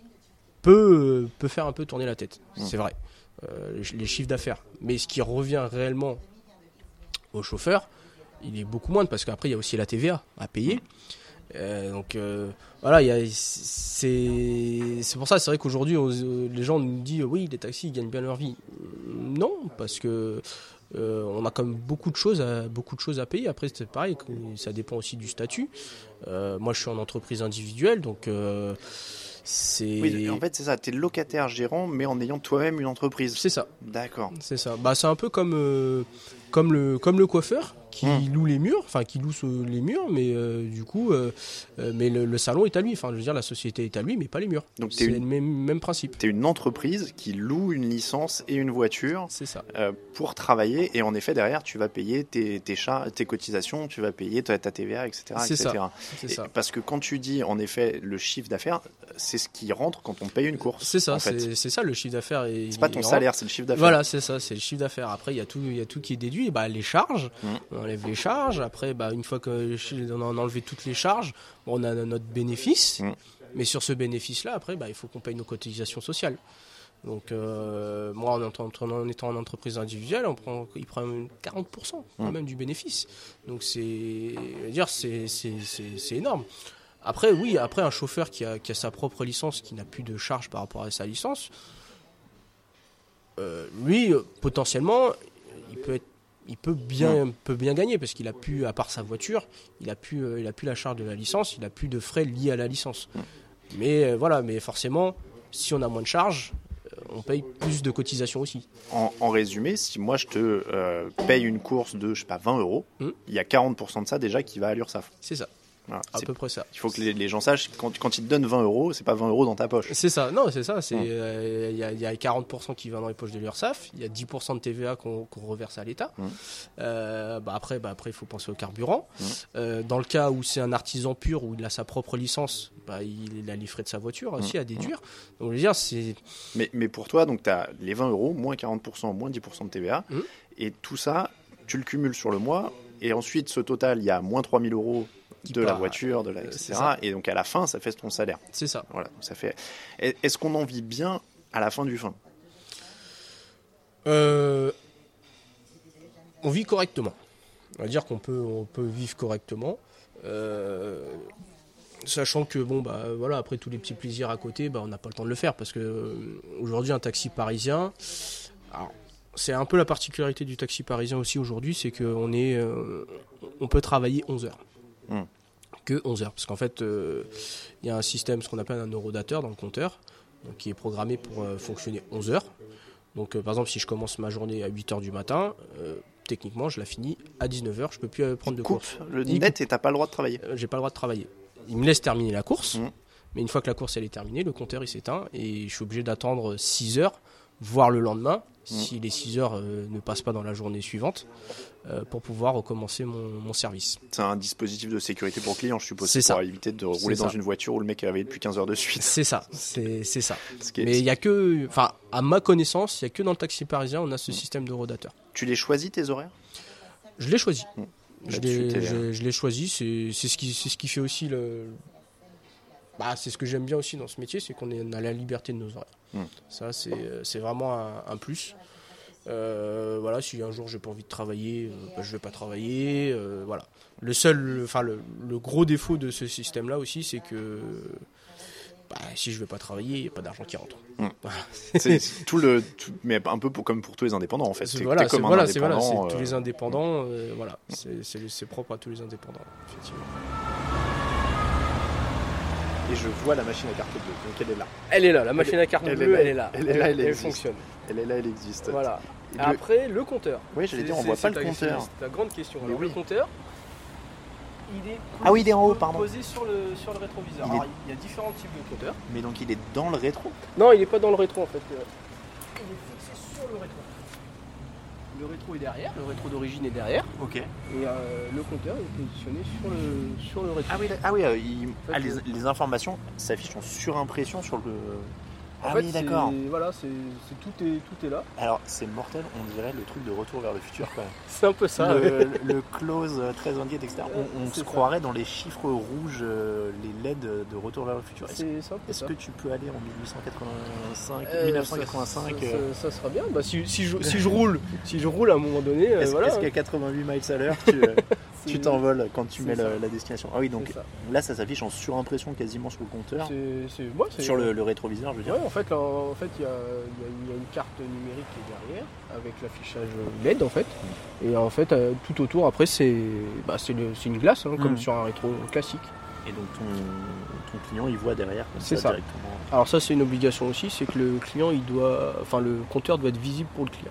peut, peut faire un peu tourner la tête. Mmh. C'est vrai. Euh, les, les chiffres d'affaires. Mais ce qui revient réellement au chauffeur, il est beaucoup moindre parce qu'après il y a aussi la T V A à payer. Euh, donc euh, voilà, il y a, c'est, c'est pour ça, c'est vrai qu'aujourd'hui on, les gens nous disent oui, les taxis ils gagnent bien leur vie. Non, parce que euh, on a quand même beaucoup de choses à, beaucoup de choses à payer. Après c'est pareil, ça dépend aussi du statut. Euh, moi je suis en entreprise individuelle, donc euh, c'est... Oui, en fait c'est ça, tu es locataire gérant mais en ayant toi-même une entreprise. C'est ça. D'accord. C'est ça. Bah, c'est un peu comme, euh, comme, le, comme le coiffeur qui mmh. loue les murs, enfin qui loue les murs, mais euh, du coup, euh, euh, mais le, le salon est à lui. Enfin, je veux dire, la société est à lui, mais pas les murs. Donc c'est une, le même, même principe. Tu es une entreprise qui loue une licence et une voiture. C'est ça. Euh, pour travailler, et en effet derrière, tu vas payer tes, tes, chars, tes cotisations, tu vas payer ta, ta T V A, et cetera, c'est et cetera. Ça. C'est et ça. Parce que quand tu dis en effet le chiffre d'affaires, c'est ce qui rentre quand on paye une course. C'est ça. En fait. c'est, c'est ça le chiffre d'affaires. Et, c'est pas ton salaire, rentre. C'est le chiffre d'affaires. Voilà, c'est ça, c'est le chiffre d'affaires. Après, il y a tout, il y a tout qui est déduit. Bah, les charges, mmh. on enlève les charges. Après, bah, une fois qu'on a enlevé toutes les charges, bon, on a notre bénéfice. Mmh. Mais sur ce bénéfice-là, après, bah, il faut qu'on paye nos cotisations sociales. Donc, euh, moi, en, en, en étant en entreprise individuelle, on prend, il prend quarante pour cent quand même mmh. du bénéfice. Donc, c'est, dire, c'est, c'est, c'est, c'est énorme. Après, oui, après, un chauffeur qui a, qui a sa propre licence, qui n'a plus de charges par rapport à sa licence, euh, lui, potentiellement, il peut être il peut bien, mmh. peut bien gagner parce qu'il a pu, à part sa voiture, il a pu, euh, il a pu la charge de la licence, il a plus de frais liés à la licence. Mmh. Mais euh, voilà, mais forcément, si on a moins de charges, euh, on paye plus de cotisations aussi. En, en résumé, si moi je te euh, paye une course de, je sais pas, vingt euros, mmh. il y a quarante pour cent de ça déjà qui va à l'URSSAF. C'est ça. Voilà, à c'est, peu près ça. il faut que les, les gens sachent, quand, quand ils te donnent vingt euros, c'est pas vingt euros dans ta poche. C'est ça, non, c'est ça. Il Hum. euh, y, a, y a quarante pour cent qui va dans les poches de l'URSSAF, il y a dix pour cent de T V A qu'on, qu'on reverse à l'État. Hum. Euh, bah après, bah après, il faut penser au carburant. Hum. Euh, dans le cas où c'est un artisan pur, où il a sa propre licence, bah, il a les frais de sa voiture aussi Hum. à déduire. Donc, je veux dire, c'est... Mais, mais pour toi, donc tu as les vingt euros, moins quarante pour cent, moins dix pour cent de T V A, Hum. et tout ça, tu le cumules sur le mois, et ensuite, ce total, il y a moins trois mille euros Qui de la part, voiture, de la, euh, et c'est cetera. ça. Et donc, à la fin, ça fait ton salaire. C'est ça. Voilà, donc ça fait... Est-ce qu'on en vit bien à la fin du fin? Euh, on vit correctement. On va dire qu'on peut, on peut vivre correctement. Euh, sachant que, bon, bah, voilà, après tous les petits plaisirs à côté, bah, on n'a pas le temps de le faire. Parce que euh, aujourd'hui, un taxi parisien... Alors, c'est un peu la particularité du taxi parisien aussi aujourd'hui, c'est qu'on est, euh, on peut travailler onze heures. Mmh. Que onze heures. Parce qu'en fait, il euh, y a un système, ce qu'on appelle un eurodateur dans le compteur, donc, qui est programmé pour euh, fonctionner onze heures. Donc, euh, par exemple, si je commence ma journée à huit heures du matin, euh, techniquement, je la finis à dix-neuf heures. Je ne peux plus euh, prendre de Coupe course. le Il net et t'as pas le droit de travailler. Euh, j'ai pas le droit de travailler. Il me laisse terminer la course, Mmh. mais une fois que la course elle est terminée, le compteur il s'éteint et je suis obligé d'attendre six heures, voire le lendemain, mmh. si les six heures euh, ne passent pas dans la journée suivante, euh, pour pouvoir recommencer mon, mon service. C'est un dispositif de sécurité pour le client, je suppose. C'est pour ça. éviter de rouler C'est dans ça. une voiture où le mec est réveillé depuis quinze heures de suite. C'est ça, c'est, c'est ça. Ce qui est- Mais il y a que, enfin, à ma connaissance, il y a que dans le taxi parisien, on a ce mmh. système de rodateur. Tu les choisis tes horaires? Je l'ai choisi. Mmh. Je Là-dessus, l'ai, t'es- je, je l'ai choisi. C'est, c'est ce qui, c'est ce qui fait aussi le. Bah, c'est ce que j'aime bien aussi dans ce métier, c'est qu'on est, on a la liberté de nos horaires. Mmh. Ça, c'est, c'est vraiment un, un plus. Euh, voilà, si un jour j'ai pas envie de travailler, euh, bah, je vais pas travailler. Euh, voilà. Le seul, enfin le, le gros défaut de ce système-là aussi, c'est que bah, si je vais pas travailler, il y a pas d'argent qui rentre. Mmh. Voilà. C'est c'est tout le, tout- mais un peu pour, comme pour tous les indépendants en fait. C'est, T'es- voilà, t'es c'est, comme un voilà, c'est, voilà, indépendant, c'est tous euh, les indépendants. euh, voilà, c'est, c'est, c'est propre à tous les indépendants, effectivement. Et je vois la machine à carte bleue, donc elle est là. Elle est là, la machine à carte elle est bleue, là, elle est là. elle est là, elle existe. fonctionne. Elle est là, elle existe. Voilà. Et le- Après, le compteur. Oui, j'allais C'est- dire, on c'est- voit c'est pas le ta- compteur. C'est ta grande question. Mais Alors, oui. le compteur, il est Ah oui, il est en haut, posé- pardon. posé sur le, sur le rétroviseur. Il Alors, est- il y a différents types de compteurs. Mais donc il est dans le rétro. Non, il n'est pas dans le rétro en fait. Il est fixé sur le rétro. Le rétro est derrière, le rétro d'origine est derrière. Ok. Et euh, le compteur est positionné sur le, sur le rétro. Ah oui, ah oui, euh, il- fait, ah, les, euh, les informations s'affichent en surimpression sur le. En Ah fait, oui, d'accord. c'est- Voilà, c'est, c'est, tout, est, tout est là. Alors c'est mortel, on dirait le truc de Retour vers le futur quand même. C'est un peu ça. le, ouais. le close euh, très inquiet, et cetera. On, on C'est se ça. croirait dans les chiffres rouges, euh, les L E D de Retour vers le futur. Est-ce, C'est, c'est un peu est-ce ça. que tu peux aller en dix-huit cent quatre-vingt-cinq, Euh, mille neuf cent quatre-vingt-cinq ça, euh, ça- ça sera bien. Bah, si, si, je, si je roule, si je roule à un moment donné, euh, Est-ce, voilà. est-ce qu'à quatre-vingt-huit miles à l'heure, tu, euh, C'est- tu t'envoles quand tu c'est mets ça. le- la destination? Ah oui, donc c'est ça. là ça s'affiche en surimpression quasiment sur le compteur, C'est, c'est, ouais, c'est- sur le, le rétroviseur, je veux dire. Ouais, en fait, là, en fait, il y a, il y a une- il y a une carte numérique qui est derrière, avec l'affichage L E D en fait. Et en fait, euh, tout autour, après, c'est, bah, c'est, le- c'est une glace, hein, comme Mhm. sur un rétro classique. Et donc ton, ton client il voit derrière comme C'est ça, ça. directement. Alors ça, c'est une obligation aussi, c'est que le client, il doit, enfin, le compteur doit être visible pour le client.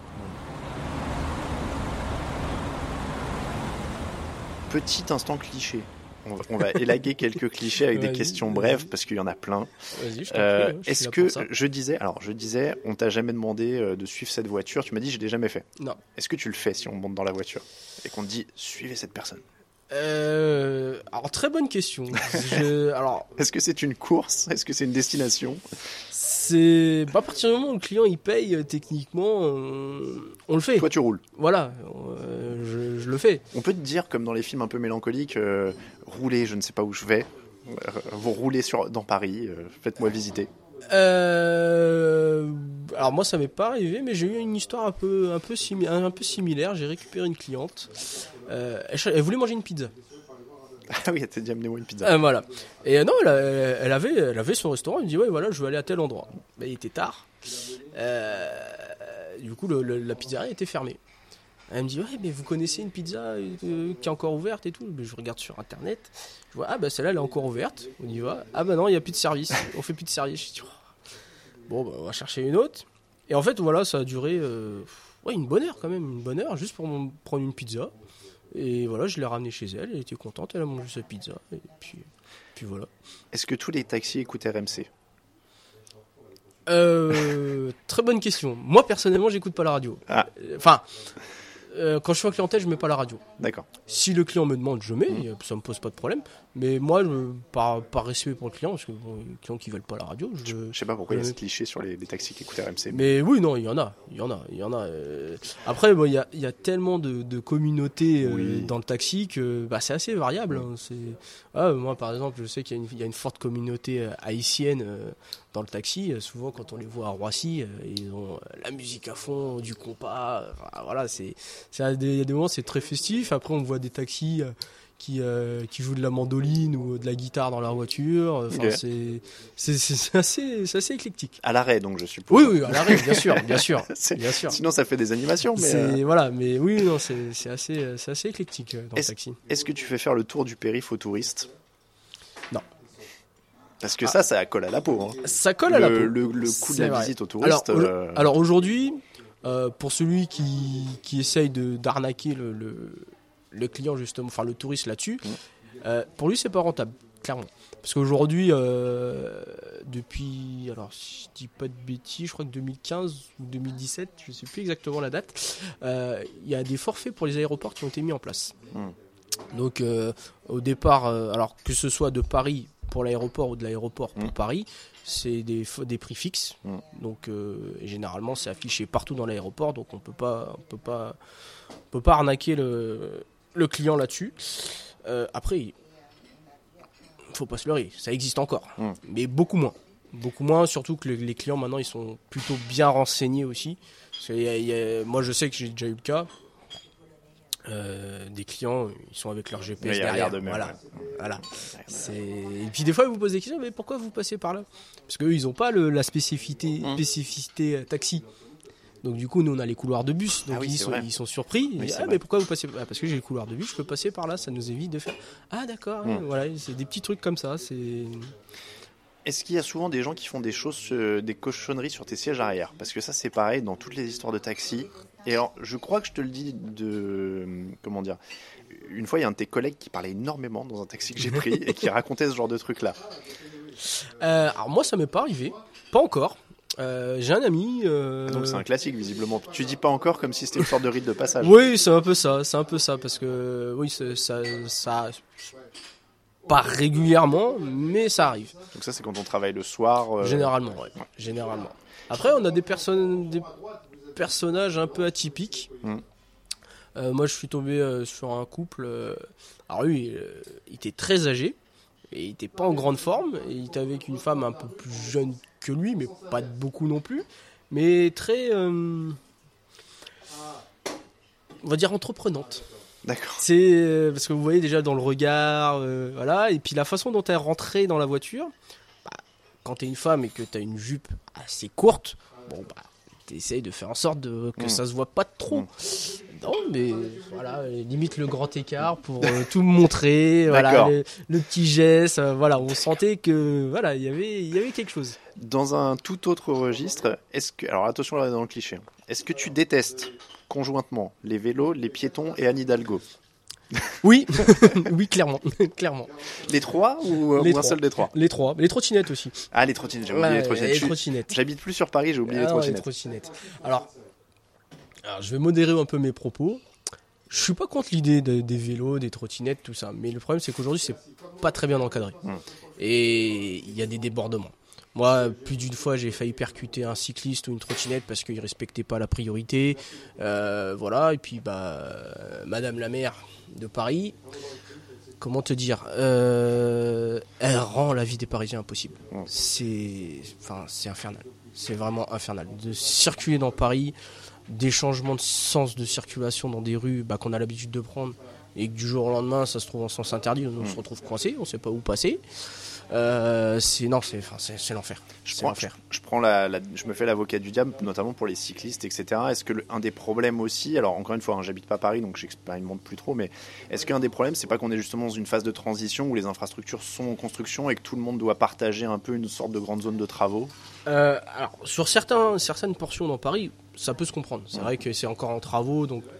Petit instant cliché. On va, on va élaguer quelques clichés avec des Vas-y, questions vas-y. brèves parce qu'il y en a plein. Vas-y, je t'en Euh, prie, hein, je suis est-ce là que pour ça. je disais, alors je disais, on t'a jamais demandé euh, de suivre cette voiture. Tu m'as dit, je l'ai jamais fait. Non. Est-ce que tu le fais si on monte dans la voiture et qu'on te dit, suivez cette personne? Euh, alors, très bonne question. Je, alors, Est-ce que c'est une course? Est-ce que c'est une destination? c'est pas à partir du moment où le client il paye, euh, techniquement, on, on le fait. Toi, tu roules. Voilà, euh, je, je le fais. On peut te dire, comme dans les films un peu mélancoliques, euh, roulez, je ne sais pas où je vais. Euh, vous roulez sur, dans Paris, euh, faites-moi visiter. Euh, alors moi ça m'est pas arrivé, mais j'ai eu une histoire un peu, un peu, simi- un peu similaire. J'ai récupéré une cliente. Euh, elle, ch- elle voulait manger une pizza. Ah oui, elle t'a dit, amenez-moi une pizza. Euh, voilà. Et euh, non, elle, a- elle avait, elle avait son restaurant. Elle me dit ouais voilà, je veux aller à tel endroit. Ben, il était tard. Euh, du coup le- le- la pizzeria était fermée. Elle me dit ouais mais vous connaissez une pizza euh, qui est encore ouverte et tout. Ben, je regarde sur internet. Je vois ah bah celle-là elle est encore ouverte. On y va. Ah bah non il y a plus de service. On fait plus de service. Je dis, oh. Bon bah on va chercher une autre. Et en fait voilà ça a duré euh, ouais une bonne heure quand même une bonne heure juste pour m- prendre une pizza. Et voilà, je l'ai ramenée chez elle, elle était contente, elle a mangé sa pizza, et puis, puis voilà. Est-ce que tous les taxis écoutent R M C ? Euh, très bonne question. Moi, personnellement, j'écoute pas la radio. Ah. Enfin, euh, quand je suis en clientèle, je mets pas la radio. D'accord. Si le client me demande, je mets, Mmh. ça me pose pas de problème. Mais moi, je, par, par respect pour le client, parce que bon, les clients qui veulent pas la radio, je... Je sais pas pourquoi il y a Euh, ce cliché sur les, les taxis qui écoutent R M C. Mais oui, non, il y en a, il y en a, il y en a. euh. Après, bon, il y a, il y a tellement de, de communautés euh, Oui. dans le taxi que bah, c'est assez variable. hein. C'est... Ah, moi, par exemple, je sais qu'il y a une, il y a une forte communauté euh, haïtienne euh, dans le taxi. Euh, Souvent, quand on les voit à Roissy, euh, ils ont euh, la musique à fond, du compas. euh, enfin, voilà, c'est, c'est à des, il y a des moments, c'est très festif. Après, on voit des taxis. Euh, Qui, euh, qui jouent de la mandoline ou de la guitare dans leur voiture. Enfin, Ok. c'est, c'est, c'est, c'est assez, c'est assez éclectique. À l'arrêt, donc, je suppose. Oui, oui, à l'arrêt, bien sûr, bien sûr, C'est- bien sûr. Sinon, ça fait des animations. Mais C'est, euh, voilà, mais oui, non, c'est, c'est assez, euh, c'est assez éclectique euh, dans le taxi. est-ce que tu fais faire le tour du périph' aux touristes ? Non. Parce que ça, ça colle à la peau. Hein. Ça colle à la Le, peau. le, le coût de C'est la vrai. visite aux touristes. Alors, euh, alors aujourd'hui, euh, pour celui qui, qui essaye de, d'arnaquer le, le, le client, justement, enfin le touriste là-dessus, Mm. euh, pour lui, c'est pas rentable, clairement. Parce qu'aujourd'hui, euh, depuis, alors si je dis pas de bêtises, je crois que deux mille quinze ou deux mille dix-sept, je sais plus exactement la date, euh, il y a des forfaits pour les aéroports qui ont été mis en place. Mm. Donc euh, au départ, euh, alors que ce soit de Paris pour l'aéroport ou de l'aéroport pour Mm. Paris, c'est des, f- des prix fixes. Mm. Donc euh, et généralement c'est affiché partout dans l'aéroport, donc on peut pas, on peut pas, on peut pas arnaquer le, le client là-dessus. Euh, après, il faut pas se leurrer, ça existe encore, Mm. mais beaucoup moins. Beaucoup moins, surtout que le- les clients maintenant ils sont plutôt bien renseignés aussi. Parce qu'il y a- il y a- moi je sais que j'ai déjà eu le cas. Euh, des clients, ils sont avec leur G P S Oui, ils derrière. regardent eux-mêmes, Voilà. ouais. Voilà. C'est... Et puis des fois, ils vous posent des questions, mais pourquoi vous passez par là ? Parce qu'eux, ils n'ont pas le, la spécificité, Mm. spécificité euh, taxi. Donc du coup, nous, on a les couloirs de bus. Donc Ah oui, ils, c'est sont, vrai. ils sont surpris. Ils Oui, disent, c'est ah, vrai. mais pourquoi vous passez par là ? Parce que j'ai le couloir de bus, je peux passer par là. Ça nous évite de faire. Ah, d'accord. Mm. Voilà, c'est des petits trucs comme ça. C'est... Est-ce qu'il y a souvent des gens qui font des choses, euh, des cochonneries sur tes sièges arrière ? Parce que ça, c'est pareil dans toutes les histoires de taxi. Et alors, je crois que je te le dis de... Comment dire ? Une fois, il y a un de tes collègues qui parlait énormément dans un taxi que j'ai pris et qui racontait ce genre de truc-là. Euh, alors moi, ça m'est pas arrivé. Pas encore. Euh, j'ai un ami. euh, Donc c'est un classique, visiblement. Tu dis pas encore comme si c'était une sorte de rite de passage. Oui, c'est un peu ça, c'est un peu ça, parce que oui, c'est- ça, ça, pas régulièrement, mais ça arrive. Donc ça, c'est quand on travaille le soir. euh, Généralement, ouais. Généralement. Après, on a des personnes, des personnages un peu atypiques. Mm. Euh, moi, je suis tombé euh, sur un couple. euh, alors lui, euh, il était très âgé et il était pas en grande forme. Et il était avec une femme un peu plus jeune que lui, mais pas de beaucoup non plus, mais très, euh, on va dire entreprenante. D'accord. C'est euh, parce que vous voyez déjà dans le regard, euh, voilà, et puis la façon dont elle est rentrée dans la voiture. Bah, quand t'es une femme et que t'as une jupe assez courte, bon bah t'essayes de faire en sorte de, que Mm. ça se voit pas trop. Mm. Non, mais voilà, euh, limite le grand écart pour euh, tout montrer, voilà, D'accord. le, le petit geste, euh, voilà, on sentait que voilà, il y avait, il y avait quelque chose. Dans un tout autre registre, est-ce que... Alors attention là dans le cliché. Est-ce que tu détestes conjointement les vélos, les piétons et Anne Hidalgo ? Oui, oui, clairement, clairement. Les trois ou, euh, Les ou un trois. seul des trois ? Les trois, les trottinettes aussi. Ah, les trottinettes, j'ai oublié Ouais, les trottinettes. les Je suis- trottinettes. J'habite plus sur Paris, j'ai oublié Ah les non, trottinettes. trottinettes. Alors, alors, je vais modérer un peu mes propos. Je suis pas contre l'idée de- des vélos, des trottinettes, tout ça. Mais le problème, c'est qu'aujourd'hui, c'est pas très bien encadré. Hmm. Et il y a des débordements. Moi, plus d'une fois, j'ai failli percuter un cycliste ou une trottinette parce qu'il respectait pas la priorité. Euh, voilà. Et puis, bah, euh, Madame la maire de Paris, comment te dire, euh, elle rend la vie des Parisiens impossible. Hmm. C'est, enfin, c'est infernal. C'est vraiment infernal. De circuler dans Paris, des changements de sens de circulation dans des rues bah, qu'on a l'habitude de prendre et que du jour au lendemain, ça se trouve en sens interdit, on se retrouve coincé, on sait pas où passer. Euh, c'est non, c'est, enfin, c'est, c'est l'enfer. Je, C'est prends, l'enfer. je, je prends la, la- je me fais l'avocat du diable, notamment pour les cyclistes, et cetera. Est-ce que le- un des problèmes aussi, alors encore une fois, hein, j'habite pas Paris, donc j'expérimente plus trop, mais est-ce qu'un des problèmes, c'est pas qu'on est justement dans une phase de transition où les infrastructures sont en construction et que tout le monde doit partager un peu une sorte de grande zone de travaux ? Euh, alors, sur certains, certaines portions dans Paris, ça peut se comprendre. C'est Ouais. vrai que c'est encore en travaux, donc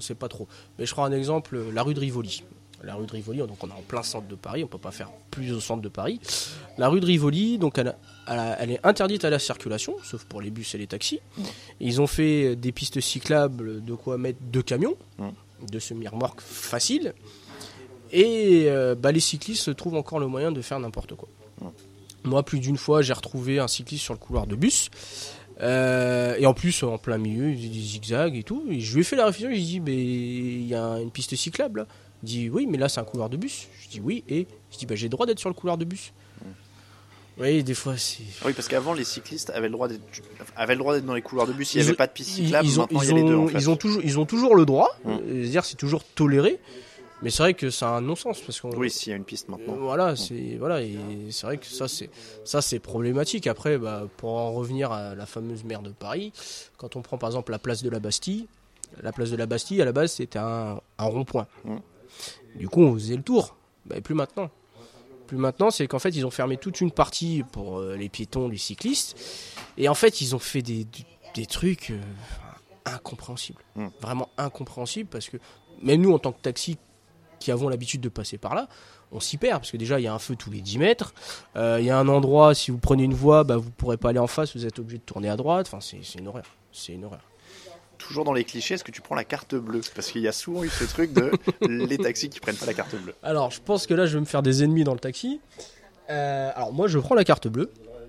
sait pas trop. Mais je prends un exemple, la rue de Rivoli. La rue de Rivoli, donc on est en plein centre de Paris, on peut pas faire plus au centre de Paris. La rue de Rivoli, donc elle, elle, elle est interdite à la circulation, sauf pour les bus et les taxis. Mmh. Ils ont fait des pistes cyclables, de quoi mettre deux camions, mmh. deux semi-remorques faciles. Et euh, bah, les cyclistes trouvent encore le moyen de faire n'importe quoi. Mmh. Moi, plus d'une fois, j'ai retrouvé un cycliste sur le couloir de bus. Euh, et en plus, en plein milieu, il faisait des zigzags et tout. Et je lui ai fait la réflexion, je lui ai dit, mais il y a une piste cyclable là. Il dit, oui, mais là, c'est un couloir de bus. Je dis, oui, et je dis, bah, j'ai le droit d'être sur le couloir de bus. Mmh. Oui, des fois, c'est... Oui, parce qu'avant, les cyclistes avaient le droit d'être, avaient le droit d'être dans les couloirs de bus. Il n'y avait pas de piste cyclable. Ils ont, maintenant, ils il y a les deux, ont, en fait. ils ont toujours, ils ont toujours le droit. Mmh. C'est-à-dire, c'est toujours toléré. Mais c'est vrai que c'est un non-sens parce qu'on... Oui, s'il y a une piste maintenant. Voilà, c'est voilà, et c'est vrai que ça c'est ça c'est problématique. Après, bah, pour en revenir à la fameuse maire de Paris, quand on prend par exemple la place de la Bastille, la place de la Bastille à la base c'était un, un rond-point. Mmh. Du coup, on faisait le tour. Bah, plus maintenant. Plus maintenant, c'est qu'en fait ils ont fermé toute une partie pour euh, les piétons, les cyclistes, et en fait ils ont fait des des trucs euh, incompréhensibles, mmh. vraiment incompréhensibles parce que même nous en tant que taxi qui avons l'habitude de passer par là, on s'y perd, parce que déjà il y a un feu tous les dix mètres, il euh, y a un endroit, si vous prenez une voie, bah, vous ne pourrez pas aller en face, vous êtes obligé de tourner à droite, enfin c'est, c'est une horreur, c'est une horreur. Toujours dans les clichés, est-ce que tu prends la carte bleue ? Parce qu'il y a souvent eu ce truc de les taxis qui prennent pas la carte bleue. Alors je pense que là je vais me faire des ennemis dans le taxi. Euh, alors moi je prends la carte bleue.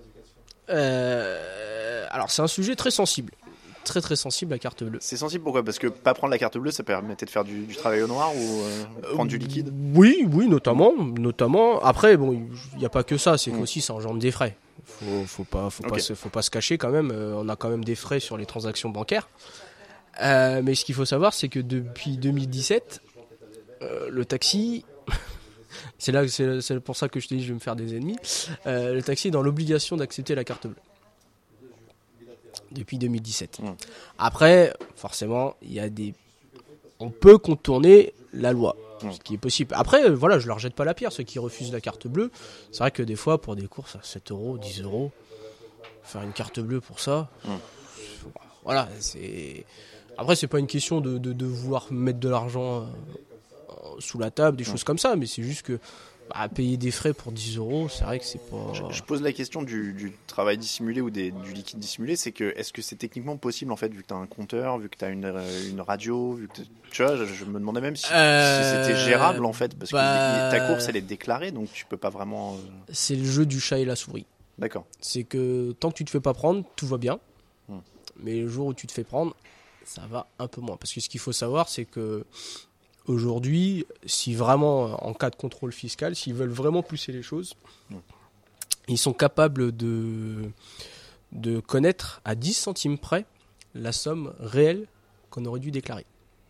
Euh, alors c'est un sujet très sensible. Très très sensible la carte bleue. C'est sensible pourquoi ? Parce que pas prendre la carte bleue, ça permettait de faire du, du travail au noir ou euh, prendre euh, du liquide ? Oui, oui, notamment, notamment. Après, bon, il n'y a pas que ça, c'est mmh. qu'aussi ça engendre des frais. Faut, faut pas, faut okay. pas, se, faut pas se cacher quand même. Euh, on a quand même des frais sur les transactions bancaires. Euh, mais ce qu'il faut savoir, c'est que depuis deux mille dix-sept, euh, le taxi, c'est là, c'est, c'est pour ça que je te dis, je vais me faire des ennemis. Euh, le taxi est dans l'obligation d'accepter la carte bleue. Depuis deux mille dix-sept. Mmh. Après, forcément, il y a des, on peut contourner la loi, mmh. ce qui est possible. Après, voilà, je leur jette pas la pierre ceux qui refusent la carte bleue. C'est vrai que des fois, pour des courses à sept euros, dix euros, faire une carte bleue pour ça, mmh. voilà, c'est. Après, c'est pas une question de, de, de vouloir mettre de l'argent euh, sous la table, des mmh. choses comme ça, mais c'est juste que bah, payer des frais pour dix euros, c'est vrai que c'est pas... Je, je pose la question du, du travail dissimulé ou des, du liquide dissimulé, c'est que est-ce que c'est techniquement possible en fait, vu que tu as un compteur, vu que tu as une, une radio, vu que tu vois, je, je me demandais même si, euh, si c'était gérable en fait, parce bah, que ta course elle est déclarée, donc tu peux pas vraiment... Euh... C'est le jeu du chat et la souris. D'accord. C'est que tant que tu te fais pas prendre, tout va bien, hum. mais le jour où tu te fais prendre, ça va un peu moins. Parce que ce qu'il faut savoir, c'est que aujourd'hui, si vraiment, en cas de contrôle fiscal, s'ils veulent vraiment pousser les choses, mmh. ils sont capables de, de connaître à dix centimes près la somme réelle qu'on aurait dû déclarer.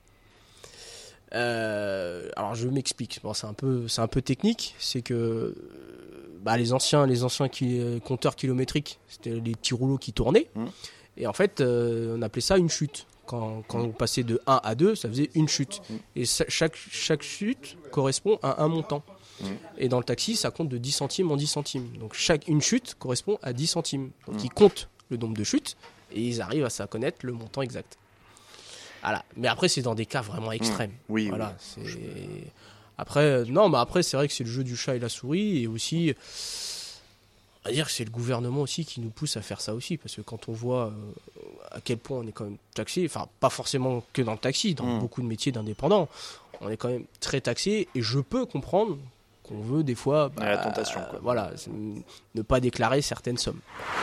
Euh, alors je m'explique, bon, c'est un peu, c'est un peu technique, c'est que bah, les anciens, les anciens qui, compteurs kilométriques, c'était les petits rouleaux qui tournaient, mmh. et en fait, euh, on appelait ça une chute. Quand, quand on passait de un à deux, ça faisait une chute. Mmh. Et ça, chaque, chaque chute correspond à un montant. Mmh. Et dans le taxi, ça compte de dix centimes en dix centimes. Donc chaque, une chute correspond à dix centimes. Donc mmh. ils comptent le nombre de chutes et ils arrivent à ça connaître le montant exact. Voilà. Mais après, c'est dans des cas vraiment extrêmes. Mmh. Oui, voilà, oui. C'est... Après, non, mais après, c'est vrai que c'est le jeu du chat et la souris. Et aussi... On va dire que c'est le gouvernement aussi qui nous pousse à faire ça aussi, parce que quand on voit euh, à quel point on est quand même taxé, enfin pas forcément que dans le taxi, dans mmh. beaucoup de métiers d'indépendants, on est quand même très taxé, et je peux comprendre qu'on veut des fois, bah, la tentation, quoi. Euh, voilà, ne pas déclarer certaines sommes.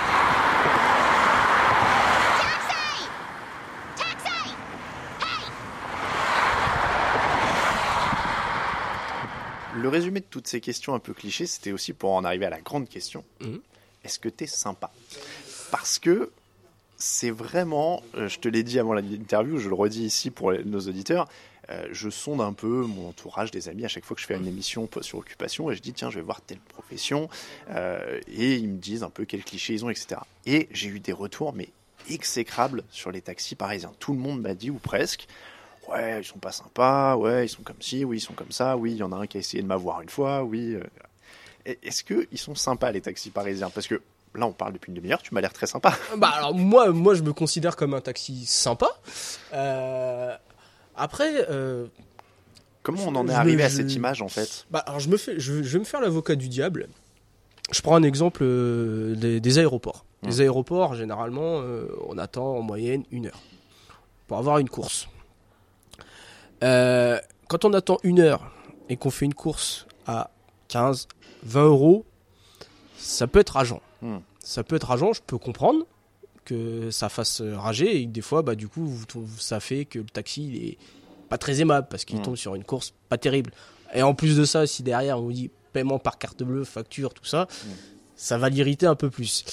Le résumé de toutes ces questions un peu clichés, c'était aussi pour en arriver à la grande question. Mmh. Est-ce que t'es sympa ? Parce que c'est vraiment, je te l'ai dit avant l'interview, je le redis ici pour nos auditeurs, euh, je sonde un peu mon entourage, des amis, à chaque fois que je fais une émission sur Occupation, et je dis, tiens, je vais voir telle profession, euh, et ils me disent un peu quels clichés ils ont, et cetera. Et j'ai eu des retours, mais exécrables sur les taxis parisiens. Tout le monde m'a dit, ou presque, ouais, ils sont pas sympas, ouais, ils sont comme ci, oui, ils sont comme ça, oui, il y en a un qui a essayé de m'avoir une fois, oui. Euh... Est-ce qu'ils sont sympas, les taxis parisiens ? Parce que là, on parle depuis une demi-heure, tu m'as l'air très sympa. Bah alors, moi, moi, je me considère comme un taxi sympa. Euh... Après, euh, comment on en est je, arrivé je, à cette image en fait? Bah, alors je me fais, je, je vais me faire l'avocat du diable. Je prends un exemple euh, des, des aéroports. Mmh. Les aéroports, généralement, euh, on attend en moyenne une heure pour avoir une course. Euh, quand on attend une heure et qu'on fait une course à quinze, vingt euros, ça peut être rageant. Mmh. Ça peut être rageant, je peux comprendre que ça fasse rager et que des fois, bah, du coup, ça fait que le taxi il est pas très aimable parce qu'il mmh. tombe sur une course pas terrible. Et en plus de ça, si derrière on vous dit paiement par carte bleue, facture, tout ça, mmh. ça va l'irriter un peu plus.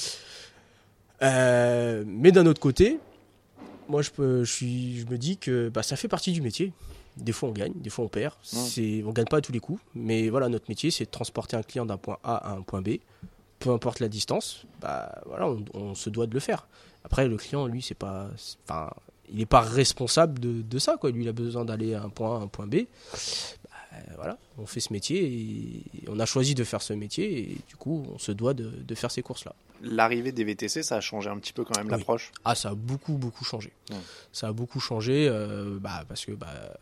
Euh, mais d'un autre côté, moi je, peux, je, suis, je me dis que bah, ça fait partie du métier. Des fois on gagne, des fois on perd. Mmh. C'est, on gagne pas à tous les coups, mais voilà, notre métier c'est de transporter un client d'un point A à un point B. Peu importe la distance, bah, voilà, on, on se doit de le faire. Après, le client, lui, c'est pas, enfin, il n'est pas responsable de, de ça, quoi. Lui, il a besoin d'aller à un point A à un point B. Bah, voilà, on fait ce métier et on a choisi de faire ce métier et du coup, on se doit de, de faire ces courses-là. L'arrivée des V T C, ça a changé un petit peu quand même oui. l'approche. Ah, ça a beaucoup, beaucoup changé. Mmh. Ça a beaucoup changé euh, bah, parce que... Bah,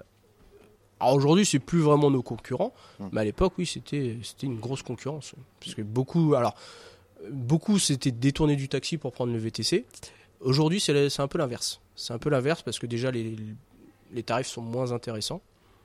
alors aujourd'hui, c'est plus vraiment nos concurrents, mmh. mais à l'époque, oui, c'était, c'était une grosse concurrence. Parce que beaucoup, alors, beaucoup s'étaient détournés du taxi pour prendre le V T C. Aujourd'hui, c'est, c'est un peu l'inverse. C'est un peu l'inverse parce que déjà, les, les tarifs sont moins intéressants.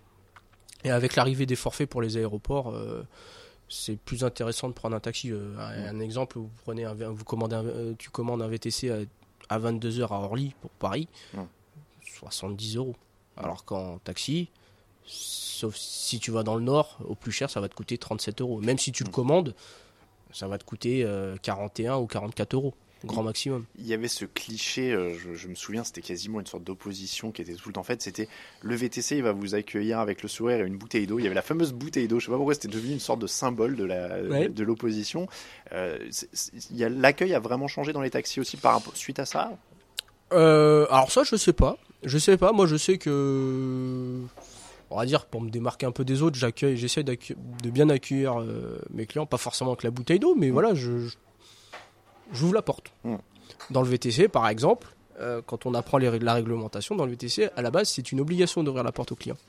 Et avec l'arrivée des forfaits pour les aéroports, euh, c'est plus intéressant de prendre un taxi. Euh, un, un exemple, vous prenez un, vous commandez un, euh, tu commandes un V T C à, à vingt-deux heures à Orly pour Paris, mmh. soixante-dix euros. Alors qu'en taxi, sauf si tu vas dans le nord, au plus cher, ça va te coûter trente-sept euros. Même si tu le commandes, ça va te coûter euh, quarante et un ou quarante-quatre euros, grand maximum. Il y avait ce cliché, euh, je, je me souviens, c'était quasiment une sorte d'opposition qui était tout le temps faite. C'était le V T C, il va vous accueillir avec le sourire et une bouteille d'eau. Il y avait la fameuse bouteille d'eau. Je sais pas pourquoi, c'était devenu une sorte de symbole de, la, ouais. de, de l'opposition. Euh, c'est, c'est, il y a, l'accueil a vraiment changé dans les taxis aussi par, suite à ça euh, Alors ça, je sais pas. Je sais pas. Moi, je sais que... On va dire, pour me démarquer un peu des autres, j'accueille, j'essaie de bien accueillir euh, mes clients, pas forcément avec la bouteille d'eau, mais mmh. voilà, je, je, j'ouvre la porte. Mmh. Dans le V T C, par exemple, euh, quand on apprend les, la réglementation, dans le V T C, à la base, c'est une obligation d'ouvrir la porte au client.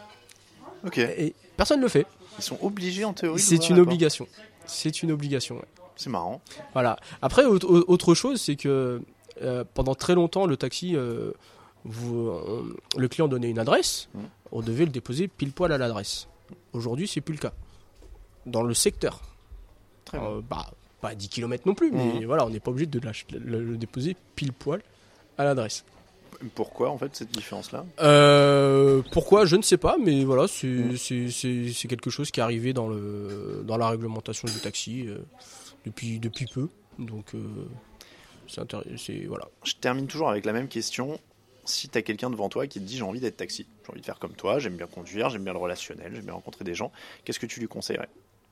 Ok. Et personne ne le fait. Ils sont obligés en théorie. C'est une obligation. C'est une obligation. Ouais. C'est marrant. Voilà. Après, autre chose, c'est que euh, pendant très longtemps, le taxi... Euh, Vous, on, le client donnait une adresse, mmh. on devait le déposer pile poil à l'adresse. Aujourd'hui, c'est plus le cas. Dans le secteur, Très euh, bah, pas à dix kilomètres non plus, mais mmh. voilà, on n'est pas obligé de le, le, le déposer pile poil à l'adresse. Pourquoi en fait cette différence-là euh, Pourquoi je ne sais pas, mais voilà, c'est, mmh. c'est, c'est, c'est quelque chose qui est arrivé dans, le, dans la réglementation du taxi euh, depuis, depuis peu. Donc, euh, c'est, intér- c'est voilà. Je termine toujours avec la même question. Si tu as quelqu'un devant toi qui te dit j'ai envie d'être taxi, j'ai envie de faire comme toi, j'aime bien conduire, j'aime bien le relationnel, j'aime bien rencontrer des gens, qu'est-ce que tu lui conseillerais ?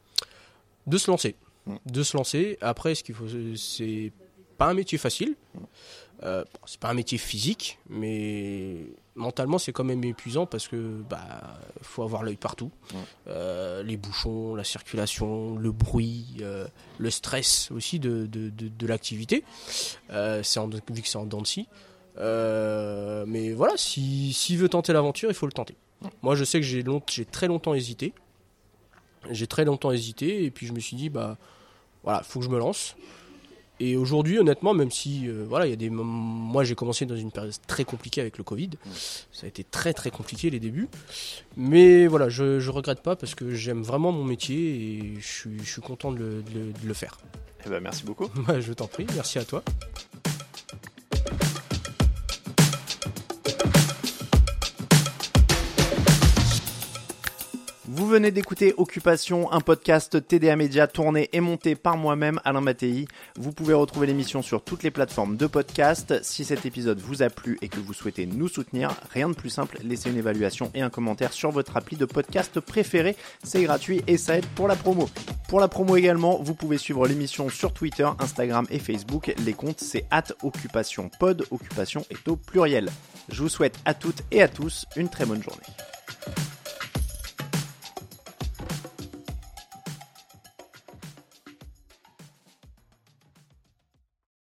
De se lancer. Mmh. De se lancer. Après, ce qu'il faut, c'est pas un métier facile. Mmh. Euh, bon, c'est pas un métier physique, mais mentalement, c'est quand même épuisant parce que bah, faut avoir l'œil partout. Mmh. Euh, les bouchons, la circulation, le bruit, euh, le stress aussi de, de, de, de l'activité. Euh, c'est en, vu que c'est en dents de scie. Euh, mais voilà, si, s'il veut tenter l'aventure, il faut le tenter. Moi, je sais que j'ai, long, j'ai très longtemps hésité. J'ai très longtemps hésité, et puis je me suis dit, bah, voilà, faut que je me lance. Et aujourd'hui, honnêtement, même si, euh, voilà, il y a des, moi, j'ai commencé dans une période très compliquée avec le Covid. Ça a été très, très compliqué les débuts. Mais voilà, je, je regrette pas parce que j'aime vraiment mon métier et je suis, je suis content de le, de, de le faire. Eh ben, merci beaucoup. Je t'en prie, merci à toi. Vous venez d'écouter Occupation, un podcast T D A Média tourné et monté par moi-même, Alain Mattei. Vous pouvez retrouver l'émission sur toutes les plateformes de podcast. Si cet épisode vous a plu et que vous souhaitez nous soutenir, rien de plus simple, laissez une évaluation et un commentaire sur votre appli de podcast préféré. C'est gratuit et ça aide pour la promo. Pour la promo également, vous pouvez suivre l'émission sur Twitter, Instagram et Facebook. Les comptes, c'est arobase occupation pod. Occupation est au pluriel. Je vous souhaite à toutes et à tous une très bonne journée.